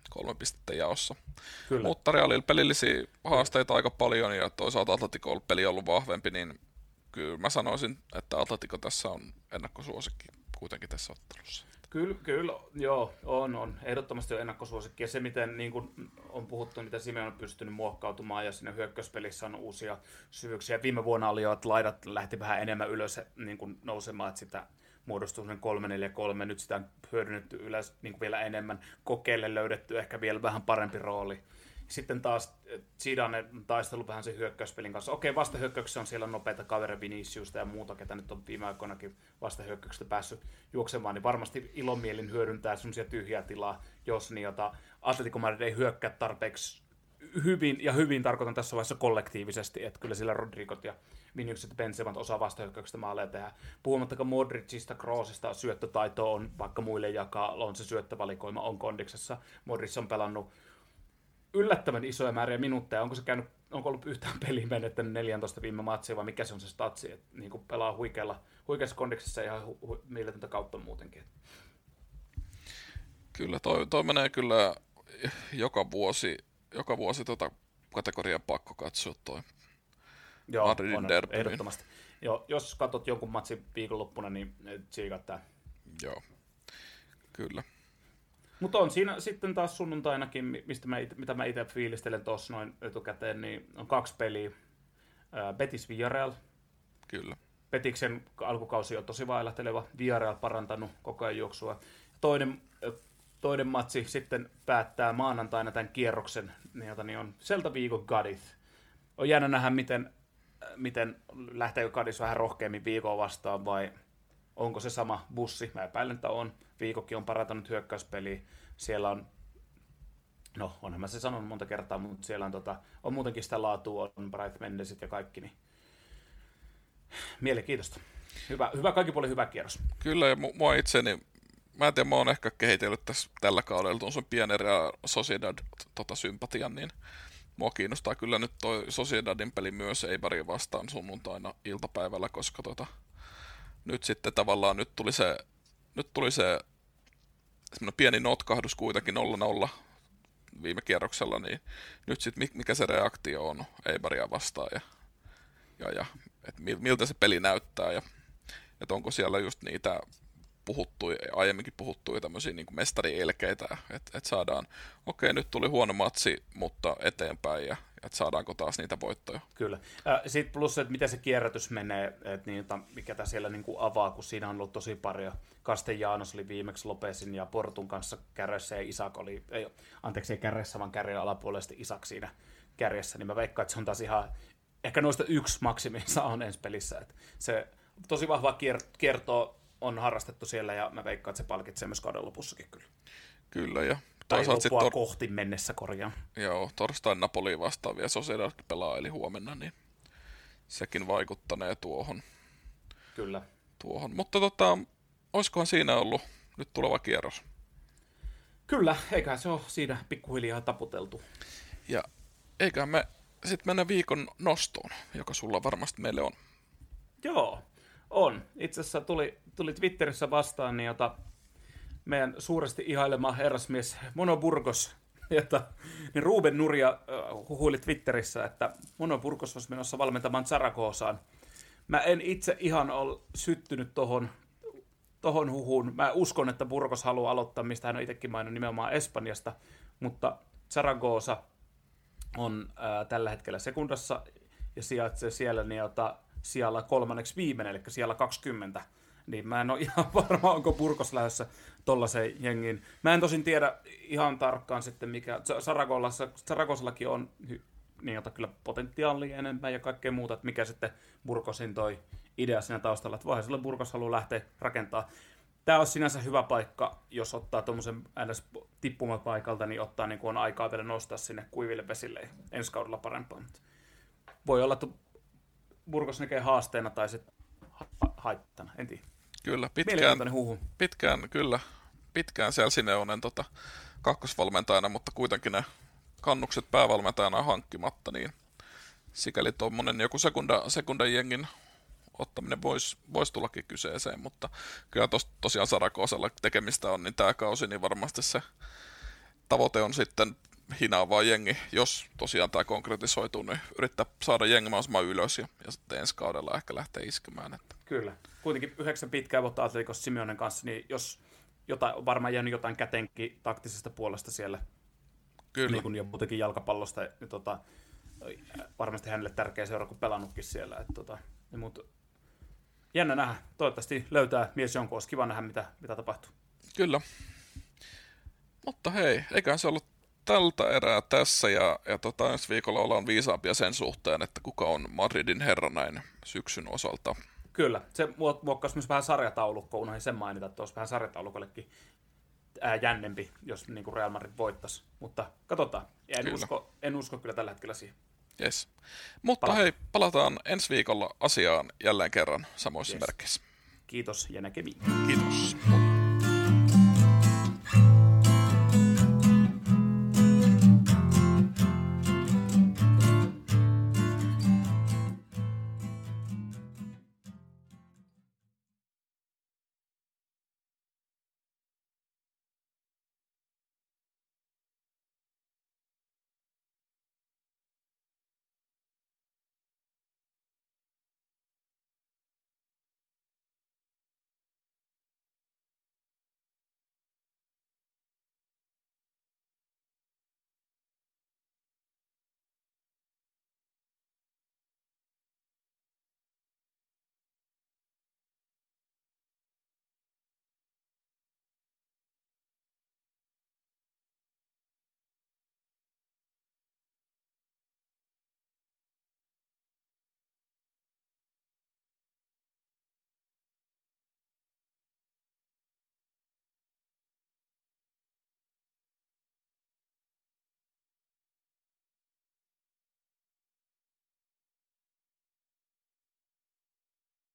kolme pistettä jaossa. Kyllä. Mutta Realilla pelillisiä haasteita aika paljon ja toisaalta Atleticolla peli on ollut vahvempi, niin kyllä mä sanoisin, että Atletico tässä on ennakkosuosikki kuitenkin tässä ottelussa. Kyllä, kyllä, joo, on, on. Ehdottomasti on ennakkosuosikki. Ja se, miten niin kuin on puhuttu, miten Simeone on pystynyt muokkautumaan ja siinä hyökkäyspelissä on uusia syvyyksiä. Viime vuonna oli jo, että laidat lähti vähän enemmän ylös niin kuin nousemaan, että sitä muodostui kolme neljä kolme. Nyt sitä on hyödynnetty ylös niin kuin vielä enemmän. Kokeille löydetty ehkä vielä vähän parempi rooli. Sitten taas Zidane taistelu vähän sen hyökkäyspelin kanssa. Okei, vastahyökkäyksessä on siellä nopeita kavereita Viniciusta ja muuta, ketä nyt on viime aikoinakin vastahyökkäyksestä päässyt juoksemaan, niin varmasti ilomielin hyödyntää semmoisia tyhjiä tilaa, jos niin, jota Atletico Madrid ei hyökkää tarpeeksi hyvin, ja hyvin tarkoitan tässä vaiheessa kollektiivisesti, että kyllä sillä Rodrigot ja Vinicius ja Benzemat osaa vastahyökkäyksestä maaleja tehdä. Puhumattakaan Modricista, Kroosista, syöttötaito on vaikka muille jakaa, on se syöttövalikoima, on kondiksessa. Modric on pelannut yllättävän isoja määriä minuutteja. Onko se käynyt, onko ollut yhtään peliä menettänyt neljätoista viime matsia, vai mikä se on se statsi, että niin kuin pelaa huikealla, huikeassa kondiksessa ja ihan hu- hu- mieletöntä kautta muutenkin. Kyllä, toi, toi menee kyllä joka vuosi, joka vuosi tota kategorian pakko katsoa toi Joo, Madridin on, derby. ehdottomasti. Joo, jos katsot jonkun matsin viikonloppuna, niin tsiikat tää. Joo, kyllä. Mutta on siinä sitten taas sunnuntainakin, mistä mä ite, mitä mä itse fiilistelen tuossa noin etukäteen, niin on kaksi peliä. Betis Villarreal. Kyllä. Betiksen alkukausi on tosi vaihteleva. Villarreal parantanut koko ajan juoksua. Toinen, toinen matsi sitten päättää maanantaina tämän kierroksen, jota niin on Celta Vigo Cádiz. On jännä nähdä, miten, miten lähteekö Cádiz vähän rohkeammin Vigoa vastaan vai onko se sama bussi. Mä epäilen, että on. Viikokin on parantanut hyökkäyspeliä. Siellä on, no onhan mä se sanonut monta kertaa, mutta siellä on, tota, on muutenkin sitä laatua, on Bright Mendesit ja kaikki, niin mielenkiintoista. Hyvä, hyvä kaikki puoli hyvä kierros. Kyllä, ja mua itseni, mä en tiedä, mä oon ehkä kehitellyt tässä tällä kaudella tuon sun pienen Real Sociedad tota, sympatian, niin mua kiinnostaa kyllä nyt toi Sociedadin peli myös Eibaria vastaan sunnuntaina iltapäivällä, koska tota, nyt sitten tavallaan nyt tuli se, nyt tuli se semmoinen pieni notkahdus kuitenkin nolla nolla viime kierroksella, niin nyt sitten mikä se reaktio on Eibaria vastaan ja, ja, ja että miltä se peli näyttää ja että onko siellä just niitä puhuttui, aiemminkin puhuttui tämmöisiä niin kuin mestarielkeitä, että et saadaan, okei, nyt tuli huono matsi, mutta eteenpäin, ja että saadaanko taas niitä voittoja. Kyllä. Sitten plus se, että miten se kierrätys menee, että niin, mikä tämä siellä niin kuin avaa, kun siinä on ollut tosi paljon. Castellanos oli viimeksi Lopesin ja Portun kanssa kärjessä, ja Isak oli, ei, anteeksi, ei kärjessä, vaan kärjen alapuolella Isak siinä kärjessä, niin mä veikkaan, että se on taas ihan, ehkä noista yksi maksimissa on ensi pelissä. Että se tosi vahva kiertoa on harrastettu siellä, ja mä veikkaan, että se palkitsee myös kauden lopussakin kyllä. Kyllä, ja tai loppua tor- kohti mennessä korjaan. Joo, torstain Napoli vastaan vielä Sociedad pelaa, eli huomenna, niin sekin vaikuttanee tuohon. Kyllä. Tuohon. Mutta tota, olisikohan siinä ollut nyt tuleva kierros? Kyllä, eiköhän se ole siinä pikkuhiljaa taputeltu. Ja eiköhän me sitten mennä viikon nostoon, joka sulla varmasti meille on. Joo, on. Itse asiassa tuli, tuli Twitterissä vastaan, niin jota meidän suuresti ihailema herrasmies Mono Burgos, jota, niin Ruben Nuria uh, huhuili Twitterissä, että Mono Burgos olisi menossa valmentamaan Zaragozaan. Mä en itse ihan ole syttynyt tohon, tohon huhuun. Mä uskon, että Burgos haluaa aloittaa, mistä hän on itsekin maininnut nimenomaan Espanjasta, mutta Zaragoza on äh, tällä hetkellä sekundassa ja sijaitsee siellä niin, jota, siellä kolmanneksi viimeinen, eli siellä kaksikymmentä. Niin mä en ole ihan varma, onko Burgos lähdössä tollaiseen jengiin. Mä en tosin tiedä ihan tarkkaan sitten, mikä Zaragozallakin on niin, jota kyllä potentiaalia enemmän ja kaikkea muuta, että mikä sitten Burgosin toi idea siinä taustalla, että vaiheessa Burgos haluaa lähteä rakentaa. Tämä on sinänsä hyvä paikka, jos ottaa tuommoisen ns. Tippumapaikalta, niin ottaa niin kuin on aikaa vielä nostaa sinne kuiville vesille ja ensi kaudella parempaa. Voi olla, että Burgos näkee haasteena tai sitten ha- haittana, en tiedä. Kyllä, pitkään, pitkään, kyllä, pitkään siellä Simeonen tota, kakkosvalmentajana, mutta kuitenkin ne kannukset päävalmentajana hankkimatta, niin sikäli tuommoinen joku sekunda, sekundan jengin ottaminen voisi vois tullakin kyseeseen, mutta kyllä tos, tosiaan Zaragozalla tekemistä on, niin tämä kausi, niin varmasti se tavoite on sitten hinaavaa jengi, jos tosiaan tämä konkretisoituu, niin yrittää saada jengi mahdollisimman ylös ja, ja sitten ensi kaudella ehkä lähtee iskemään. Että. Kyllä. Kuitenkin yhdeksän pitkää vuotta Atleticos Simeonen kanssa, niin jos jotain, on varmaan jäänyt jotain kätenkin taktisesta puolesta siellä, Kyllä. Niin kuin ja muutenkin jalkapallosta, niin tota, varmasti hänelle tärkeä seura, kun pelannutkin siellä. Että, tota, niin, mutta jännä nähdä. Toivottavasti löytää mies jonkun, olisi kiva nähdä, mitä, mitä tapahtuu. Kyllä. Mutta hei, eiköhän se ollut tältä erää tässä, ja, ja tota, ensi viikolla ollaan viisaampia sen suhteen, että kuka on Madridin herra näin syksyn osalta. Kyllä, se muokkasi myös vähän sarjataulukkoa, unohdin sen mainita, että olisi vähän sarjataulukollekin ää, jännempi, jos niin kuin Real Madrid voittaisi, mutta katsotaan, ja en, usko, en usko kyllä tällä hetkellä siihen. Yes. Mutta Palataan. hei, palataan ensi viikolla asiaan jälleen kerran samoissa Yes. merkeissä. Kiitos ja näkemiin. Kiitos.